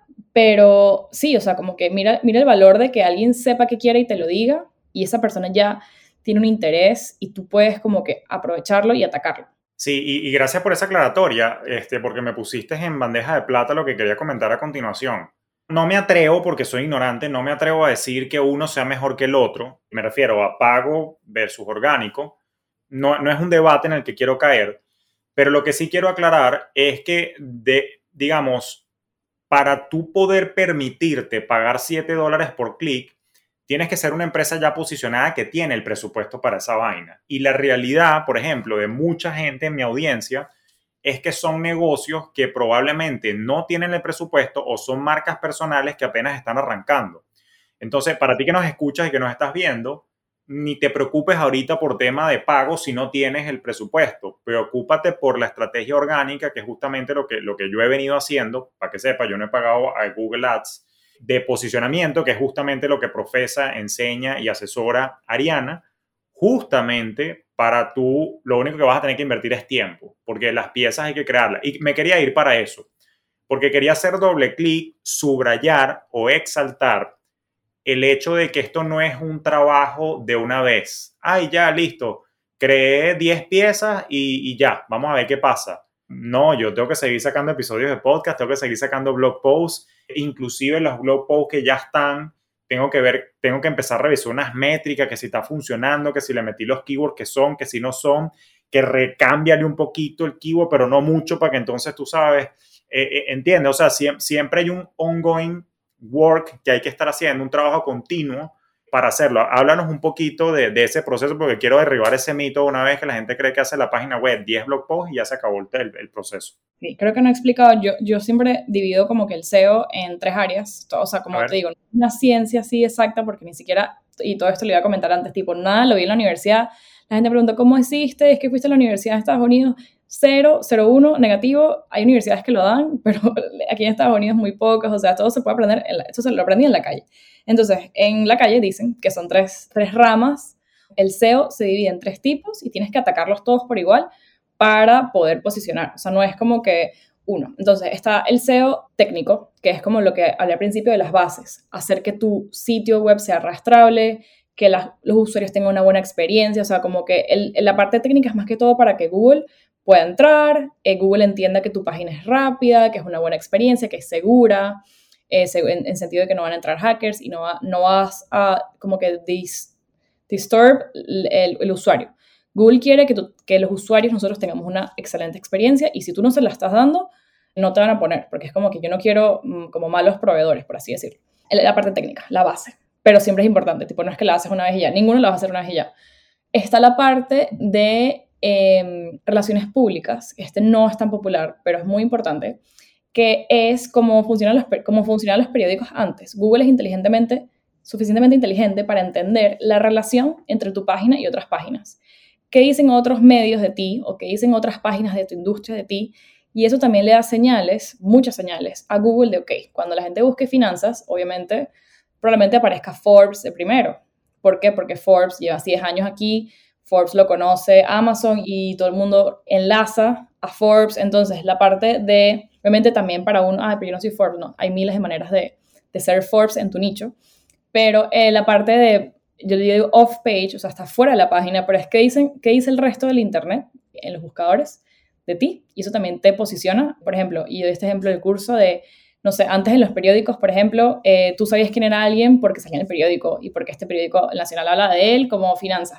Pero sí, o sea, como que mira, mira el valor de que alguien sepa qué quiere y te lo diga, y esa persona ya tiene un interés y tú puedes como que aprovecharlo y atacarlo. Sí, y, y gracias por esa aclaratoria, este, porque me pusiste en bandeja de plata lo que quería comentar a continuación. No me atrevo, porque soy ignorante, no me atrevo a decir que uno sea mejor que el otro. Me refiero a pago versus orgánico. No, no es un debate en el que quiero caer, pero lo que sí quiero aclarar es que, de, digamos, para tú poder permitirte pagar siete dólares por clic, tienes que ser una empresa ya posicionada que tiene el presupuesto para esa vaina. Y la realidad, por ejemplo, de mucha gente en mi audiencia es que son negocios que probablemente no tienen el presupuesto o son marcas personales que apenas están arrancando. Entonces, para ti que nos escuchas y que nos estás viendo, ni te preocupes ahorita por tema de pago si no tienes el presupuesto. Preocúpate por la estrategia orgánica, que es justamente lo que, lo que yo he venido haciendo. Para que sepa, yo no he pagado a Google Ads de posicionamiento, que es justamente lo que profesa, enseña y asesora Ariana. Justamente para tú, lo único que vas a tener que invertir es tiempo, porque las piezas hay que crearlas. Y me quería ir para eso, porque quería hacer doble clic, subrayar o exaltar el hecho de que esto no es un trabajo de una vez. Ay, ya, listo. Creé diez piezas y, y ya, vamos a ver qué pasa. No, yo tengo que seguir sacando episodios de podcast, tengo que seguir sacando blog posts, inclusive los blog posts que ya están, tengo que ver, tengo que empezar a revisar unas métricas, que si está funcionando, que si le metí los keywords que son, que si no son, que recámbiale un poquito el keyword, pero no mucho, para que entonces tú sabes, eh, eh, entiendes, o sea, siempre, siempre hay un ongoing work que hay que estar haciendo, un trabajo continuo para hacerlo. Háblanos un poquito de, de ese proceso, porque quiero derribar ese mito una vez que la gente cree que hace la página web diez blog posts y ya se acabó el, el proceso. Sí, creo que no he explicado, yo, yo siempre divido como que el S E O en tres áreas, o sea, como te digo, no es una ciencia así exacta, porque ni siquiera, y todo esto lo iba a comentar antes, tipo, nada, lo vi en la universidad, la gente pregunta, ¿cómo hiciste? Es que fuiste a la universidad de Estados Unidos, cero, cero, uno, negativo. Hay universidades que lo dan, pero aquí en Estados Unidos muy pocas, o sea, todo se puede aprender, en la, esto se lo aprendí en la calle. Entonces, en la calle dicen que son tres, tres ramas. El S E O se divide en tres tipos y tienes que atacarlos todos por igual para poder posicionar. O sea, no es como que uno. Entonces, está el S E O técnico, que es como lo que hablé al principio de las bases. Hacer que tu sitio web sea arrastrable, que las, los usuarios tengan una buena experiencia. O sea, como que el, la parte técnica es más que todo para que Google pueda entrar, eh, Google entienda que tu página es rápida, que es una buena experiencia, que es segura, eh, en, en sentido de que no van a entrar hackers y no, va, no vas a como que dis, disturb el, el usuario. Google quiere que, tu, que los usuarios nosotros tengamos una excelente experiencia, y si tú no se la estás dando, no te van a poner, porque es como que yo no quiero mmm, como malos proveedores, por así decirlo. La parte técnica, la base, pero siempre es importante, tipo, no es que la haces una vez y ya, ninguno la va a hacer una vez y ya. Está la parte de eh, relaciones públicas, este no es tan popular, pero es muy importante, que es cómo funcionan los, cómo funcionaban los periódicos antes. Google es inteligentemente, suficientemente inteligente para entender la relación entre tu página y otras páginas. ¿Qué dicen otros medios de ti o qué dicen otras páginas de tu industria de ti? Y eso también le da señales, muchas señales, a Google de, ok, cuando la gente busque finanzas, obviamente, probablemente aparezca Forbes de primero. ¿Por qué? Porque Forbes lleva diez años aquí, Forbes lo conoce Amazon y todo el mundo enlaza a Forbes. Entonces, la parte de, obviamente también para uno, ah, pero yo no soy Forbes, no, hay miles de maneras de, de ser Forbes en tu nicho, pero eh, la parte de, yo le digo off-page, o sea, está fuera de la página, pero es que dicen, ¿qué dice el resto del internet en los buscadores de ti? Y eso también te posiciona, por ejemplo, y doy este ejemplo del curso de, no sé, antes en los periódicos, por ejemplo, eh, tú sabías quién era alguien porque salía en el periódico y porque este periódico nacional habla de él como finanzas.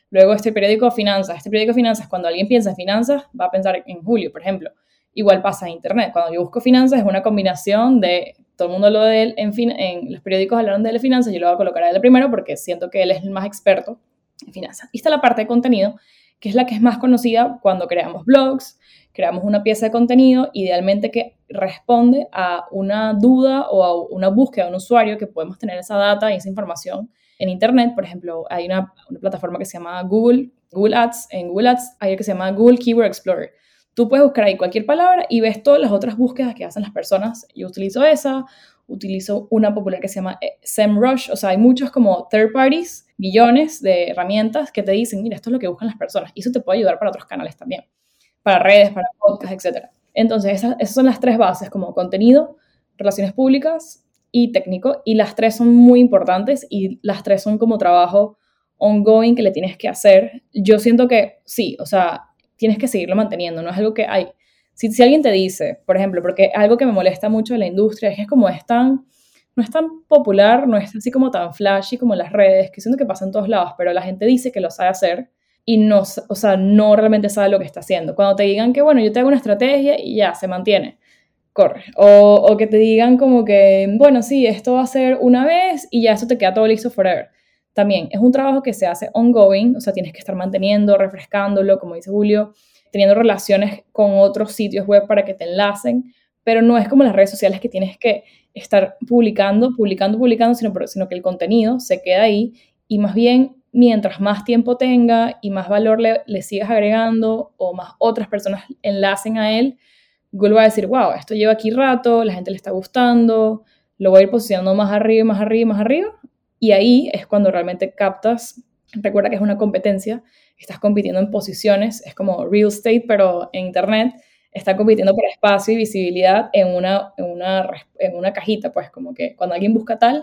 Luego este periódico Finanzas. Este periódico Finanzas, cuando alguien piensa en finanzas, va a pensar en Julio, por ejemplo. Igual pasa en Internet. Cuando yo busco finanzas, es una combinación de todo el mundo lo de él, en fin, en los periódicos hablaron de él de finanzas, yo lo voy a colocar a él primero porque siento que él es el más experto en finanzas. Y está la parte de contenido, que es la que es más conocida cuando creamos blogs, creamos una pieza de contenido, idealmente que responde a una duda o a una búsqueda de un usuario que podemos tener esa data y esa información en Internet. Por ejemplo, hay una, una plataforma que se llama Google, Google Ads. En Google Ads hay algo que se llama Google Keyword Explorer. Tú puedes buscar ahí cualquier palabra y ves todas las otras búsquedas que hacen las personas. Yo utilizo esa, utilizo una popular que se llama SEMrush. O sea, hay muchos como third parties, millones de herramientas que te dicen, mira, esto es lo que buscan las personas. Y eso te puede ayudar para otros canales también, para redes, para podcasts, etcétera. Entonces, esas, esas son las tres bases, como contenido, relaciones públicas y técnico. Y las tres son muy importantes y las tres son como trabajo ongoing que le tienes que hacer. Yo siento que sí, o sea, tienes que seguirlo manteniendo, no es algo que hay. Si, si alguien te dice, por ejemplo, porque algo que me molesta mucho de la industria es que es como es tan, no es tan popular, no es así como tan flashy como en las redes, que siento que pasa en todos lados, pero la gente dice que lo sabe hacer y no, o sea, no realmente sabe lo que está haciendo. Cuando te digan que, bueno, yo te hago una estrategia y ya, se mantiene, corre. O, o que te digan como que, bueno, sí, esto va a ser una vez y ya eso te queda todo listo forever. También es un trabajo que se hace ongoing, o sea, tienes que estar manteniendo, refrescándolo, como dice Julio, teniendo relaciones con otros sitios web para que te enlacen, pero no es como las redes sociales que tienes que estar publicando, publicando, publicando, sino, sino que el contenido se queda ahí y más bien mientras más tiempo tenga y más valor le, le sigas agregando o más otras personas enlacen a él, Google va a decir, wow, esto lleva aquí rato, la gente le está gustando, lo voy a ir posicionando más arriba, más arriba, más arriba. Y ahí es cuando realmente captas, recuerda que es una competencia, estás compitiendo en posiciones, es como real estate, pero en Internet, está compitiendo por espacio y visibilidad en una, en una, en una cajita, pues como que cuando alguien busca tal,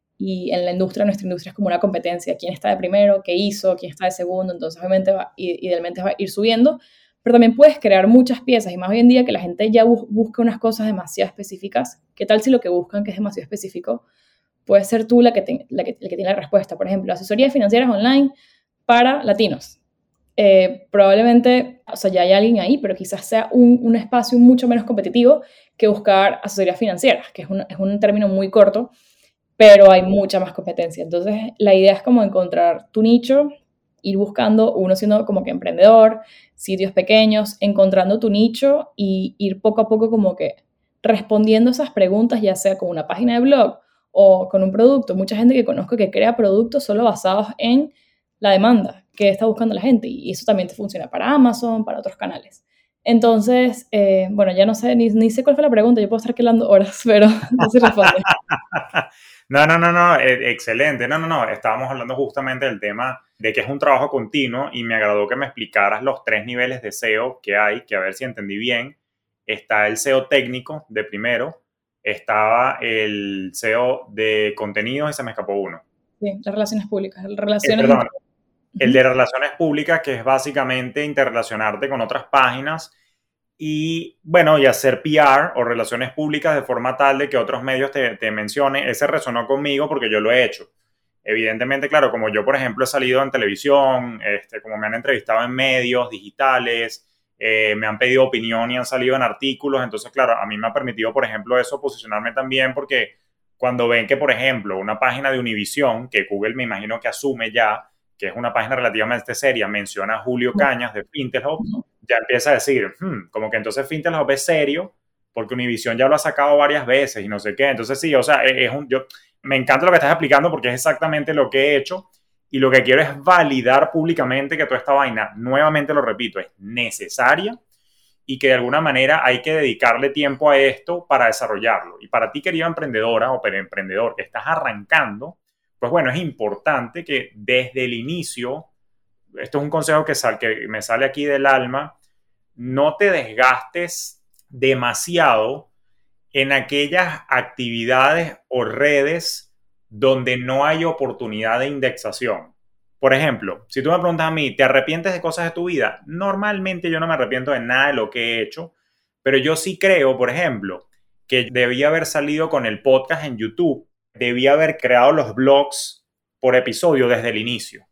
y en la industria, nuestra industria es como una competencia, quién está de primero, qué hizo, quién está de segundo, entonces obviamente va, idealmente va a ir subiendo, pero también puedes crear muchas piezas, y más hoy en día que la gente ya bus- busca unas cosas demasiado específicas, ¿qué tal si lo que buscan que es demasiado específico? Puedes ser tú la que, te, la, que, la que tiene la respuesta. Por ejemplo, asesorías financieras online para latinos. Eh, probablemente, o sea, ya hay alguien ahí, pero quizás sea un, un espacio mucho menos competitivo que buscar asesorías financieras, que es un, es un término muy corto, pero hay mucha más competencia. Entonces, la idea es como encontrar tu nicho, ir buscando, uno siendo como que emprendedor, sitios pequeños, encontrando tu nicho y ir poco a poco como que respondiendo esas preguntas, ya sea con una página de blog o con un producto. Mucha gente que conozco que crea productos solo basados en la demanda que está buscando la gente y eso también te funciona para Amazon, para otros canales. Entonces, eh, bueno, ya no sé, ni, ni sé cuál fue la pregunta, yo puedo estar quedando horas, pero no se responde. No, no, no, no, eh, excelente. No, no, no, estábamos hablando justamente del tema de que es un trabajo continuo y me agradó que me explicaras los tres niveles de S E O que hay, que a ver si entendí bien. Está el S E O técnico de primero, estaba el S E O de contenidos y se me escapó uno. Sí, las relaciones públicas, las Eh, relaciones perdón, entre... el Uh-huh. de relaciones públicas, que es básicamente interrelacionarte con otras páginas y, bueno, y hacer P R o relaciones públicas de forma tal de que otros medios te, te mencionen. Ese resonó conmigo porque yo lo he hecho. Evidentemente, claro, como yo, por ejemplo, he salido en televisión, este, como me han entrevistado en medios digitales, eh, me han pedido opinión y han salido en artículos, entonces, claro, a mí me ha permitido, por ejemplo, eso, posicionarme también porque cuando ven que, por ejemplo, una página de Univision, que Google me imagino que asume ya, que es una página relativamente seria, menciona a Julio Cañas de Fintelhub, ya empieza a decir, hmm, como que entonces Fintelhub es serio, porque Univision ya lo ha sacado varias veces y no sé qué. Entonces sí, o sea, es un, yo, me encanta lo que estás explicando porque es exactamente lo que he hecho y lo que quiero es validar públicamente que toda esta vaina, nuevamente lo repito, es necesaria y que de alguna manera hay que dedicarle tiempo a esto para desarrollarlo. Y para ti, querida emprendedora o emprendedor que estás arrancando, pues bueno, es importante que desde el inicio, esto es un consejo que, sal, que me sale aquí del alma, no te desgastes demasiado en aquellas actividades o redes donde no hay oportunidad de indexación. Por ejemplo, si tú me preguntas a mí, ¿te arrepientes de cosas de tu vida? Normalmente yo no me arrepiento de nada de lo que he hecho, pero yo sí creo, por ejemplo, que debía haber salido con el podcast en YouTube, debía haber creado los blogs por episodio desde el inicio.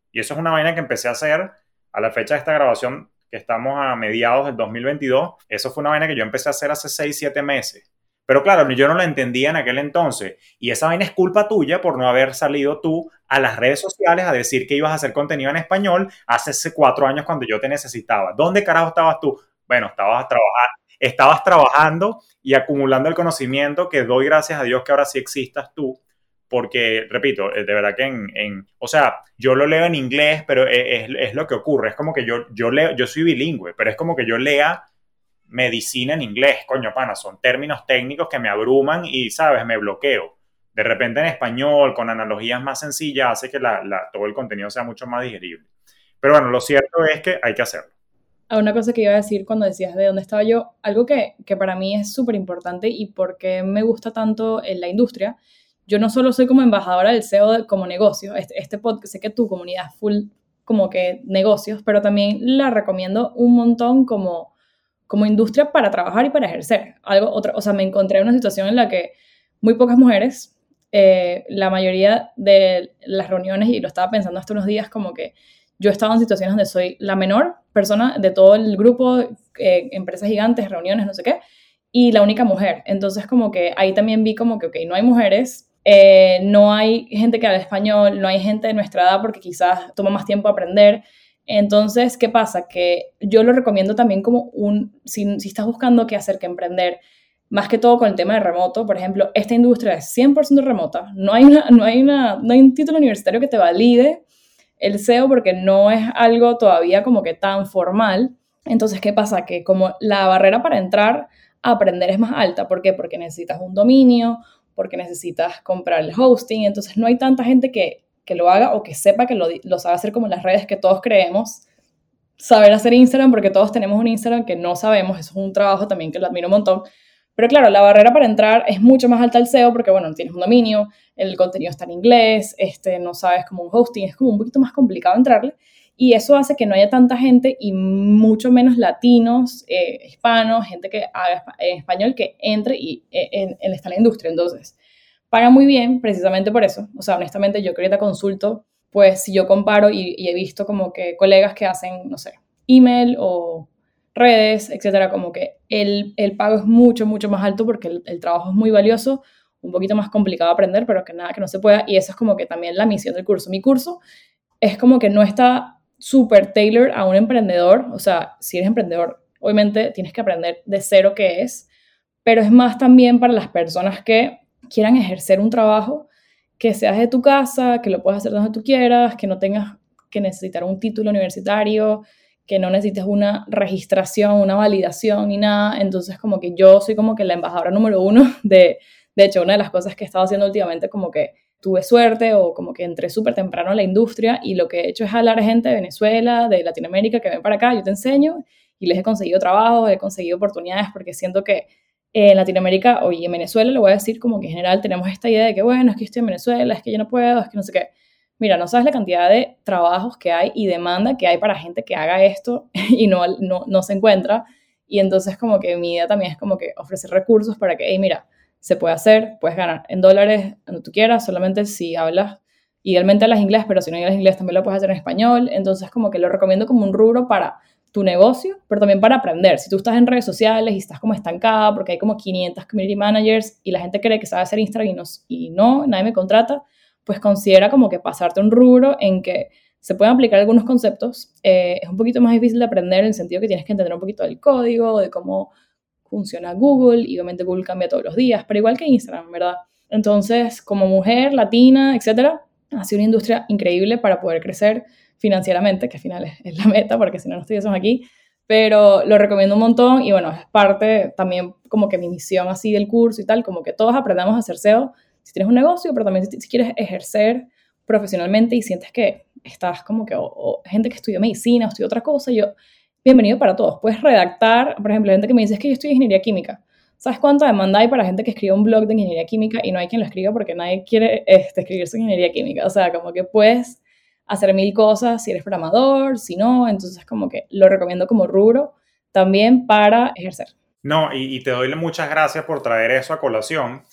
Y eso es una vaina que empecé a hacer a la fecha de esta grabación, que estamos a mediados del dos mil veintidós. Eso fue una vaina que yo empecé a hacer hace seis siete meses. Pero claro, yo no lo entendía en aquel entonces. Y esa vaina es culpa tuya por no haber salido tú a las redes sociales a decir que ibas a hacer contenido en español hace cuatro años cuando yo te necesitaba. ¿Dónde carajo estabas tú? Bueno, estabas trabajando, estabas trabajando y acumulando el conocimiento, que doy gracias a Dios que ahora sí existas tú. Porque, repito, de verdad que en, en o sea, yo lo leo en inglés, pero es, es lo que ocurre. Es como que yo, yo leo, yo soy bilingüe, pero es como que yo lea medicina en inglés, coño, pana, son términos técnicos que me abruman y, ¿sabes? Me bloqueo. De repente en español, con analogías más sencillas, hace que la, la, todo el contenido sea mucho más digerible. Pero bueno, lo cierto es que hay que hacerlo. A una cosa que iba a decir cuando decías de dónde estaba yo, algo que, que para mí es súper importante y porque me gusta tanto en la industria. Yo no solo soy como embajadora del S E O de, como negocio, este, este podcast, sé que tu comunidad es full como que negocios, pero también la recomiendo un montón como como industria para trabajar y para ejercer. Algo, otra, o sea, me encontré en una situación en la que muy pocas mujeres, eh, la mayoría de las reuniones, y lo estaba pensando hasta unos días, como que yo estaba en situaciones donde soy la menor persona de todo el grupo, eh, empresas gigantes, reuniones, no sé qué, y la única mujer. Entonces, como que ahí también vi como que, ok, no hay mujeres, eh, no hay gente que habla español, no hay gente de nuestra edad porque quizás toma más tiempo aprender. Entonces, ¿qué pasa? Que yo lo recomiendo también como un, si, si estás buscando qué hacer, qué emprender, más que todo con el tema de remoto, por ejemplo, esta industria es cien por ciento remota, no hay, una, no, hay una, no hay un título universitario que te valide el S E O porque no es algo todavía como que tan formal. Entonces, ¿qué pasa? Que como la barrera para entrar a aprender es más alta, ¿por qué? Porque necesitas un dominio, porque necesitas comprar el hosting, entonces no hay tanta gente que que lo haga o que sepa que lo, lo sabe hacer como en las redes que todos creemos saber hacer Instagram, porque todos tenemos un Instagram que no sabemos, eso es un trabajo también que lo admiro un montón. Pero claro, la barrera para entrar es mucho más alta al S E O porque, bueno, tienes un dominio, el contenido está en inglés, este, no sabes como un hosting, es como un poquito más complicado entrarle, y eso hace que no haya tanta gente y mucho menos latinos, eh, hispanos, gente que haga en español que entre y eh, en, en, está en la industria. Entonces, paga muy bien precisamente por eso. O sea, honestamente, yo que ahorita consulto, pues si yo comparo y, y he visto como que colegas que hacen, no sé, email o redes, etcétera, como que el, el pago es mucho, mucho más alto porque el, el trabajo es muy valioso, un poquito más complicado de aprender, pero que nada, que no se pueda. Y eso es como que también la misión del curso. Mi curso es como que no está súper tailored a un emprendedor. O sea, si eres emprendedor, obviamente tienes que aprender de cero qué es, pero es más también para las personas que quieran ejercer un trabajo que seas de tu casa, que lo puedas hacer donde tú quieras, que no tengas que necesitar un título universitario, que no necesites una registración, una validación ni nada. Entonces, como que yo soy como que la embajadora número uno de, de hecho, una de las cosas que he estado haciendo últimamente, como que tuve suerte o como que entré súper temprano a la industria y lo que he hecho es hablar a gente de Venezuela, de Latinoamérica que ven para acá, yo te enseño y les he conseguido trabajo, he conseguido oportunidades porque siento que en Latinoamérica o en Venezuela, le voy a decir como que en general tenemos esta idea de que, bueno, es que estoy en Venezuela, es que yo no puedo, es que no sé qué. Mira, no sabes la cantidad de trabajos que hay y demanda que hay para gente que haga esto y no, no, no se encuentra. Y entonces como que mi idea también es como que ofrecer recursos para que, hey, mira, se puede hacer, puedes ganar en dólares donde tú quieras, solamente si hablas, idealmente hablas inglés, pero si no hablas inglés también lo puedes hacer en español. Entonces como que lo recomiendo como un rubro para tu negocio, pero también para aprender. Si tú estás en redes sociales y estás como estancada porque hay como quinientos community managers y la gente cree que sabe hacer Instagram y no, y no nadie me contrata, pues considera como que pasarte un rubro en que se pueden aplicar algunos conceptos. Eh, es un poquito más difícil de aprender en el sentido que tienes que entender un poquito del código, de cómo funciona Google, y obviamente Google cambia todos los días, pero igual que Instagram, ¿verdad? Entonces, como mujer, latina, etcétera, ha sido una industria increíble para poder crecer financieramente, que al final es, es la meta, porque si no, no estuviésemos aquí, pero lo recomiendo un montón y bueno, es parte también como que mi misión así del curso y tal, como que todos aprendamos a hacer S E O si tienes un negocio, pero también si, si quieres ejercer profesionalmente y sientes que estás como que, o, o gente que estudió medicina o estudió otra cosa, yo, bienvenido para todos. Puedes redactar, por ejemplo, gente que me dice es que yo estudio ingeniería química. ¿Sabes cuánta demanda hay para gente que escribe un blog de ingeniería química y no hay quien lo escriba porque nadie quiere este, escribir su ingeniería química? O sea, como que puedes hacer mil cosas si eres programador, si no, entonces como que lo recomiendo como rubro también para ejercer. No, y, y te doy muchas gracias por traer eso a colación,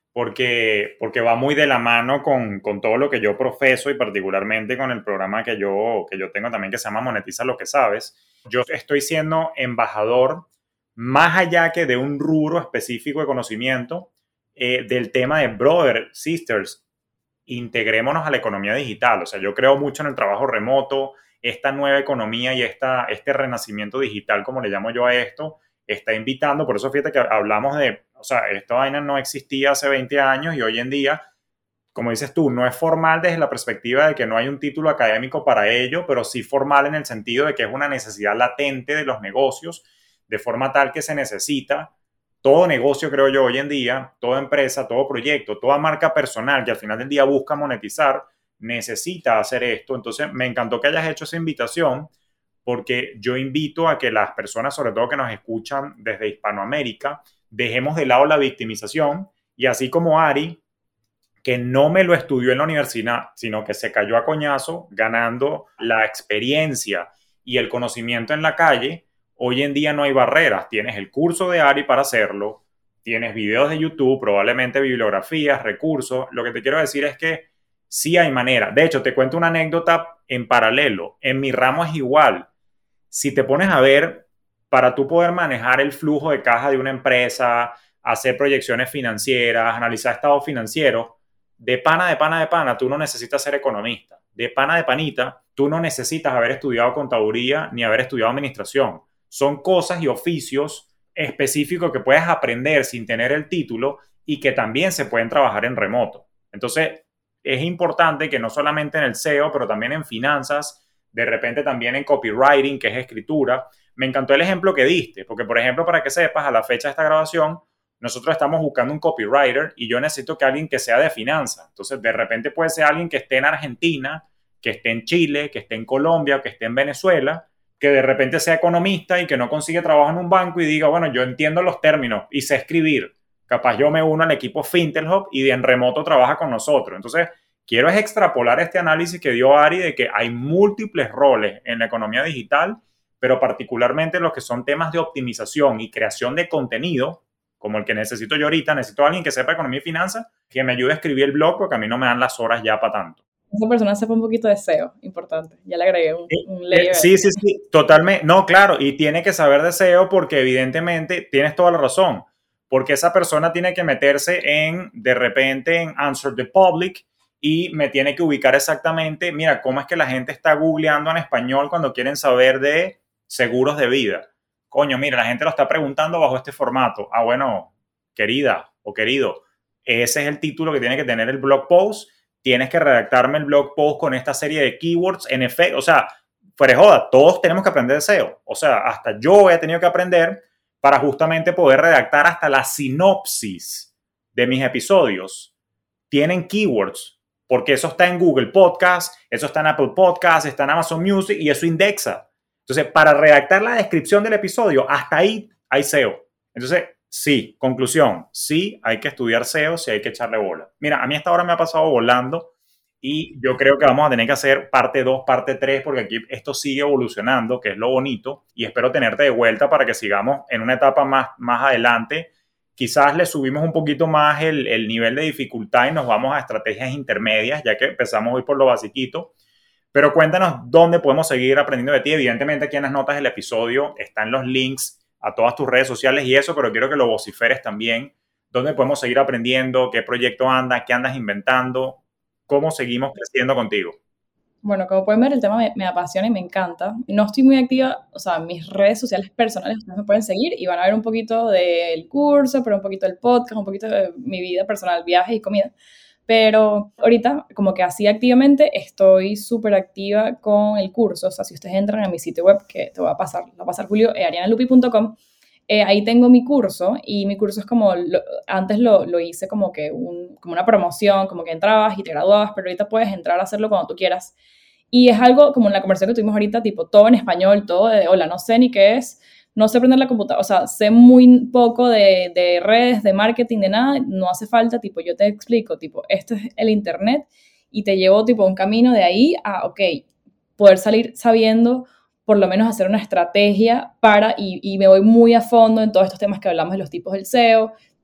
porque, porque va muy de la mano con, con todo lo que yo profeso y particularmente con el programa que yo, que yo tengo también que se llama Monetiza lo que sabes. Yo estoy siendo embajador más allá que de un rubro específico de conocimiento eh, del tema de brother, sisters, integrémonos a la economía digital. O sea, yo creo mucho en el trabajo remoto, esta nueva economía y esta, este renacimiento digital, como le llamo yo a esto, está invitando, por eso fíjate que hablamos de, o sea, esta vaina no existía hace veinte años y hoy en día, como dices tú, no es formal desde la perspectiva de que no hay un título académico para ello, pero sí formal en el sentido de que es una necesidad latente de los negocios, de forma tal que se necesita todo negocio, creo yo, hoy en día, toda empresa, todo proyecto, toda marca personal que al final del día busca monetizar, necesita hacer esto. Entonces, me encantó que hayas hecho esa invitación porque yo invito a que las personas, sobre todo que nos escuchan desde Hispanoamérica, dejemos de lado la victimización y así como Ari, que no me lo estudió en la universidad, sino que se cayó a coñazo ganando la experiencia y el conocimiento en la calle. Hoy en día no hay barreras. Tienes el curso de Ari para hacerlo, tienes videos de YouTube, probablemente bibliografías, recursos. Lo que te quiero decir es que sí hay manera. De hecho, te cuento una anécdota en paralelo. En mi ramo es igual. Si te pones a ver, para tú poder manejar el flujo de caja de una empresa, hacer proyecciones financieras, analizar estados financieros, de pana, de pana, de pana, tú no necesitas ser economista. De pana, de panita, tú no necesitas haber estudiado contaduría ni haber estudiado administración. Son cosas y oficios específicos que puedes aprender sin tener el título y que también se pueden trabajar en remoto. Entonces, es importante que no solamente en el S E O, pero también en finanzas, de repente también en copywriting, que es escritura. Me encantó el ejemplo que diste, porque, por ejemplo, para que sepas, a la fecha de esta grabación, nosotros estamos buscando un copywriter y yo necesito que alguien que sea de finanzas. Entonces, de repente puede ser alguien que esté en Argentina, que esté en Chile, que esté en Colombia, que esté en Venezuela, que de repente sea economista y que no consigue trabajo en un banco y diga, bueno, yo entiendo los términos y sé escribir. Capaz yo me uno al equipo Fintelhub y en remoto trabaja con nosotros. Entonces, quiero es extrapolar este análisis que dio Ari de que hay múltiples roles en la economía digital, pero particularmente los que son temas de optimización y creación de contenido, como el que necesito yo ahorita. Necesito a alguien que sepa economía y finanzas, que me ayude a escribir el blog, porque a mí no me dan las horas ya para tanto. Esa persona sepa un poquito de S E O, importante. Ya le agregué un, un layer. Eh, sí, sí, sí, totalmente. No, claro, y tiene que saber de S E O porque evidentemente tienes toda la razón, porque esa persona tiene que meterse en, de repente, en Answer the Public y me tiene que ubicar exactamente, mira, cómo es que la gente está googleando en español cuando quieren saber de seguros de vida. Coño, mira, la gente lo está preguntando bajo este formato. Ah, bueno, querida o querido, ese es el título que tiene que tener el blog post. Tienes que redactarme el blog post con esta serie de keywords. En efecto, o sea, fuera de joda, todos tenemos que aprender S E O. O sea, hasta yo he tenido que aprender para justamente poder redactar hasta la sinopsis de mis episodios. Tienen keywords, porque eso está en Google Podcast, eso está en Apple Podcast, está en Amazon Music y eso indexa. Entonces, para redactar la descripción del episodio, hasta ahí hay S E O. Entonces, sí, conclusión, sí hay que estudiar S E O, sí hay que echarle bola. Mira, a mí hasta ahora me ha pasado volando y yo creo que vamos a tener que hacer parte dos, parte tres, porque aquí esto sigue evolucionando, que es lo bonito, y espero tenerte de vuelta para que sigamos en una etapa más, más adelante. Quizás le subimos un poquito más el, el nivel de dificultad y nos vamos a estrategias intermedias, ya que empezamos hoy por lo basiquito. Pero cuéntanos dónde podemos seguir aprendiendo de ti. Evidentemente aquí en las notas del episodio están los links a todas tus redes sociales y eso, pero quiero que lo vociferes también. ¿Dónde podemos seguir aprendiendo? ¿Qué proyecto andas? ¿Qué andas inventando? ¿Cómo seguimos creciendo contigo? Bueno, como pueden ver, el tema me, me apasiona y me encanta. No estoy muy activa, o sea, en mis redes sociales personales ustedes me pueden seguir y van a ver un poquito del curso, pero un poquito del podcast, un poquito de mi vida personal, viajes y comida. Pero ahorita, como que así activamente, estoy súper activa con el curso. O sea, si ustedes entran a mi sitio web, que te voy a pasar, lo va a pasar Julio, eh, ariana lupi punto com, eh, ahí tengo mi curso y mi curso es como, lo, antes lo, lo hice como que un, como una promoción, como que entrabas y te graduabas, pero ahorita puedes entrar a hacerlo cuando tú quieras. Y es algo como en la conversación que tuvimos ahorita, tipo todo en español, todo de, hola, no sé ni qué es, no sé aprender la computadora, o sea, sé muy poco de, de redes, de marketing, de nada, no hace falta, tipo, yo te explico, tipo, esto es el internet y te llevo, tipo, un camino de ahí a, ok, poder salir sabiendo, por lo menos hacer una estrategia para, y, y me voy muy a fondo en todos estos temas que hablamos de los tipos del S E O,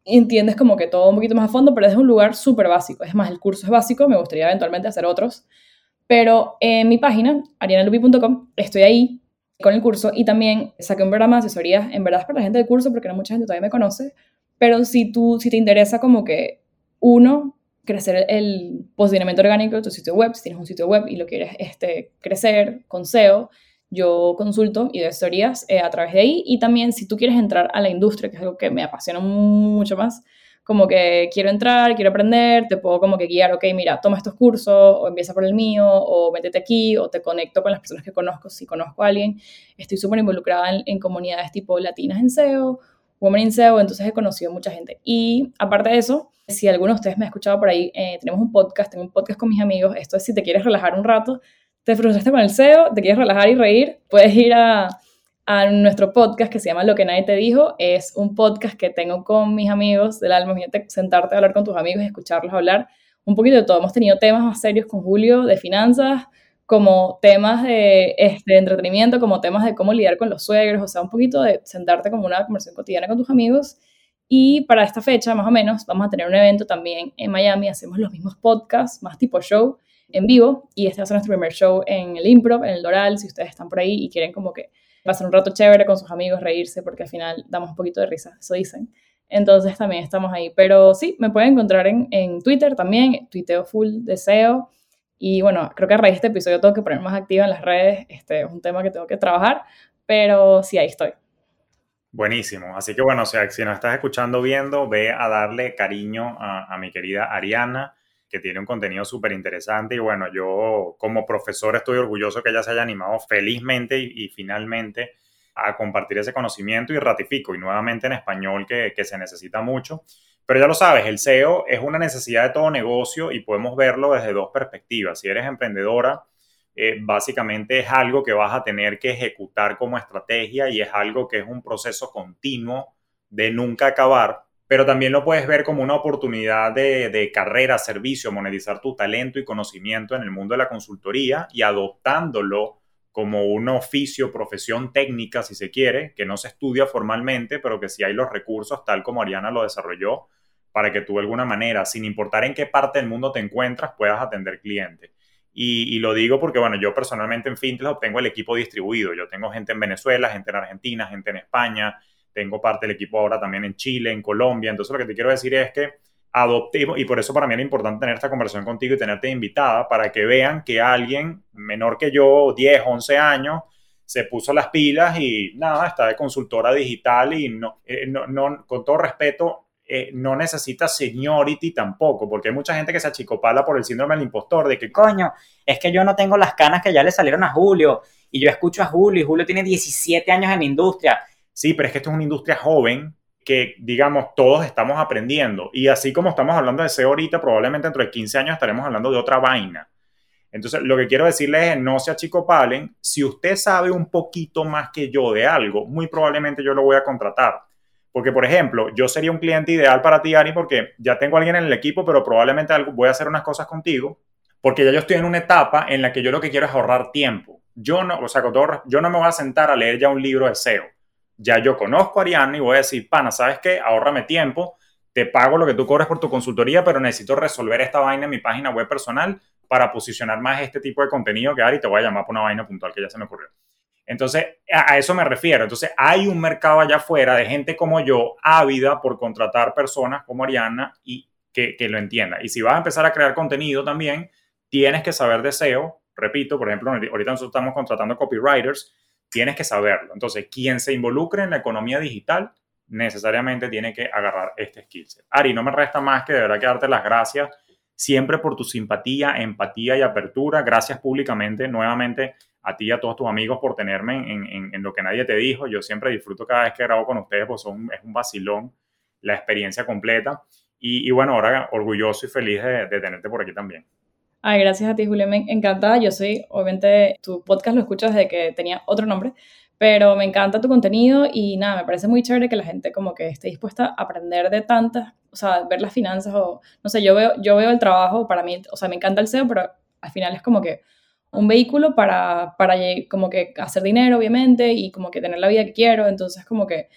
entiendes como que todo un poquito más a fondo, pero es un lugar súper básico. Es más, el curso es básico, me gustaría eventualmente hacer otros, pero en mi página, ariana lupi punto com, estoy ahí con el curso y también saqué un programa de asesoría, en verdad es para la gente del curso porque no mucha gente todavía me conoce, pero si tú, si te interesa como que, uno, crecer el posicionamiento orgánico de tu sitio web, si tienes un sitio web y lo quieres este, crecer con S E O, yo consulto y doy asesorías eh, a través de ahí, y también si tú quieres entrar a la industria, que es algo que me apasiona mucho más, como que quiero entrar, quiero aprender, te puedo como que guiar, ok, mira, toma estos cursos, o empieza por el mío, o métete aquí, o te conecto con las personas que conozco, si conozco a alguien. Estoy súper involucrada en, en comunidades tipo latinas en S E O, Women in S E O, entonces he conocido mucha gente. Y aparte de eso, si alguno de ustedes me ha escuchado por ahí, eh, tenemos un podcast, tengo un podcast con mis amigos, esto es si te quieres relajar un rato, te frustraste con el S E O, te quieres relajar y reír, puedes ir a a nuestro podcast que se llama Lo que nadie te dijo. Es un podcast que tengo con mis amigos del alma. Imagínate sentarte a hablar con tus amigos y escucharlos hablar un poquito de todo. Hemos tenido temas más serios con Julio de finanzas, como temas de, este, de entretenimiento, como temas de cómo lidiar con los suegros, o sea, un poquito de sentarte como una conversación cotidiana con tus amigos. Y para esta fecha, más o menos, vamos a tener un evento también en Miami. Hacemos los mismos podcasts, más tipo show, en vivo. Y este va a ser nuestro primer show en el Improv, en el Doral, si ustedes están por ahí y quieren como que pasar un rato chévere con sus amigos, reírse, porque al final damos un poquito de risa, eso dicen. Entonces también estamos ahí. Pero sí, me pueden encontrar en, en Twitter también, tuiteo full deseo. Y bueno, creo que a raíz de este episodio tengo que poner más activa en las redes. Este es un tema que tengo que trabajar, pero sí, ahí estoy. Buenísimo. Así que bueno, o sea, si nos estás escuchando, viendo, ve a darle cariño a, a mi querida Ariana, que tiene un contenido súper interesante. Y bueno, yo como profesor estoy orgulloso que ella se haya animado felizmente y, y finalmente a compartir ese conocimiento, y ratifico, y nuevamente en español, que, que se necesita mucho. Pero ya lo sabes, el S E O es una necesidad de todo negocio y podemos verlo desde dos perspectivas. Si eres emprendedora, eh, básicamente es algo que vas a tener que ejecutar como estrategia, y es algo que es un proceso continuo de nunca acabar. Pero también lo puedes ver como una oportunidad de, de carrera, servicio, monetizar tu talento y conocimiento en el mundo de la consultoría, y adoptándolo como un oficio, profesión técnica, si se quiere, que no se estudia formalmente, pero que sí hay los recursos, tal como Ariana lo desarrolló, para que tú de alguna manera, sin importar en qué parte del mundo te encuentras, puedas atender clientes. Y, y lo digo porque, bueno, yo personalmente en Fintelab tengo el equipo distribuido. Yo tengo gente en Venezuela, gente en Argentina, gente en España. Tengo parte del equipo ahora también en Chile, en Colombia. Entonces lo que te quiero decir es que adoptemos, y por eso para mí era importante tener esta conversación contigo y tenerte invitada, para que vean que alguien menor que yo, diez, once años, se puso las pilas y nada, está de consultora digital, y no, eh, no, no, con todo respeto, eh, no necesita seniority tampoco, porque hay mucha gente que se achicopala por el síndrome del impostor, de que coño, es que yo no tengo las canas que ya le salieron a Julio, y yo escucho a Julio, y Julio tiene diecisiete años en la industria. Sí, pero es que esto es una industria joven que, digamos, todos estamos aprendiendo. Y así como estamos hablando de S E O ahorita, probablemente dentro de quince años estaremos hablando de otra vaina. Entonces, lo que quiero decirles es, no se achicopalen. Si usted sabe un poquito más que yo de algo, muy probablemente yo lo voy a contratar. Porque, por ejemplo, yo sería un cliente ideal para ti, Ari, porque ya tengo a alguien en el equipo, pero probablemente voy a hacer unas cosas contigo, porque ya yo estoy en una etapa en la que yo lo que quiero es ahorrar tiempo. Yo no, o sea, con todo, yo no me voy a sentar a leer ya un libro de S E O. Ya yo conozco a Ariana y voy a decir, pana, ¿sabes qué? Ahórrame tiempo, te pago lo que tú cobres por tu consultoría, pero necesito resolver esta vaina en mi página web personal para posicionar más este tipo de contenido que Ari, te voy a llamar por una vaina puntual que ya se me ocurrió. Entonces, a, a eso me refiero. Entonces, hay un mercado allá afuera de gente como yo, ávida por contratar personas como Ariana y que, que lo entienda. Y si vas a empezar a crear contenido también, tienes que saber de S E O. Repito, por ejemplo, ahorita nosotros estamos contratando copywriters, tienes que saberlo. Entonces, quien se involucre en la economía digital necesariamente tiene que agarrar este skill set. Ari, no me resta más que de verdad que darte las gracias siempre por tu simpatía, empatía y apertura. Gracias públicamente nuevamente a ti y a todos tus amigos por tenerme en, en, en Lo que nadie te dijo. Yo siempre disfruto cada vez que grabo con ustedes, pues son, es un vacilón la experiencia completa. Y, y bueno, ahora orgulloso y feliz de, de tenerte por aquí también. Ay, gracias a ti, Julio, me encanta. Yo soy, obviamente, tu podcast lo escucho desde que tenía otro nombre, pero me encanta tu contenido y nada, me parece muy chévere que la gente como que esté dispuesta a aprender de tantas, o sea, ver las finanzas o, no sé, yo veo, yo veo el trabajo, para mí, o sea, me encanta el S E O, pero al final es como que un vehículo para, para como que hacer dinero, obviamente, y como que tener la vida que quiero, entonces como que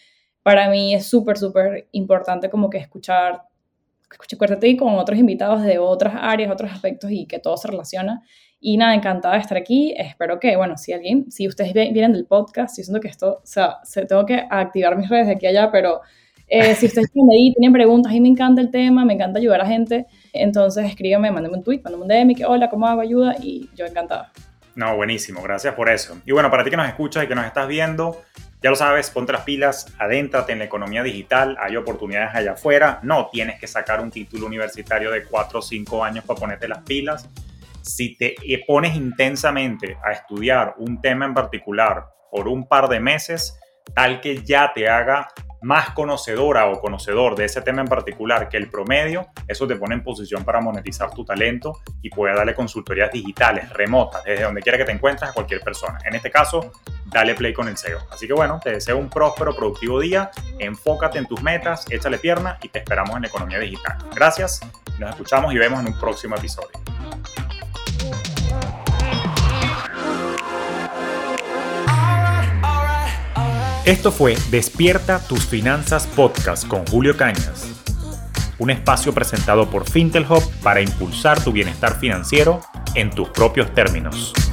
para mí es súper, súper importante como que escuchar, escucharte con otros invitados de otras áreas, otros aspectos y que todo se relaciona. Y nada, encantada de estar aquí. Espero que, bueno, si alguien, si ustedes vienen del podcast, yo siento que esto, o sea, se, tengo que activar mis redes de aquí a allá, pero eh, si ustedes están ahí, tienen preguntas, a mí me encanta el tema, me encanta ayudar a gente, entonces escríbeme, mándenme un tweet, mándenme un D M, que hola, ¿cómo hago ayuda? Y yo encantada. No, buenísimo, gracias por eso. Y bueno, para ti que nos escuchas y que nos estás viendo, ya lo sabes, ponte las pilas, adéntrate en la economía digital, hay oportunidades allá afuera, no tienes que sacar un título universitario de cuatro o cinco años para ponerte las pilas. Si te pones intensamente a estudiar un tema en particular por un par de meses, tal que ya te haga más conocedora o conocedor de ese tema en particular que el promedio, eso te pone en posición para monetizar tu talento y poder darle consultorías digitales, remotas, desde donde quiera que te encuentres a cualquier persona. En este caso, dale play con el S E O. Así que bueno, te deseo un próspero, productivo día, enfócate en tus metas, échale pierna y te esperamos en la economía digital. Gracias, nos escuchamos y vemos en un próximo episodio. Esto fue Despierta tus Finanzas Podcast con Julio Cañas, un espacio presentado por Fintelhub para impulsar tu bienestar financiero en tus propios términos.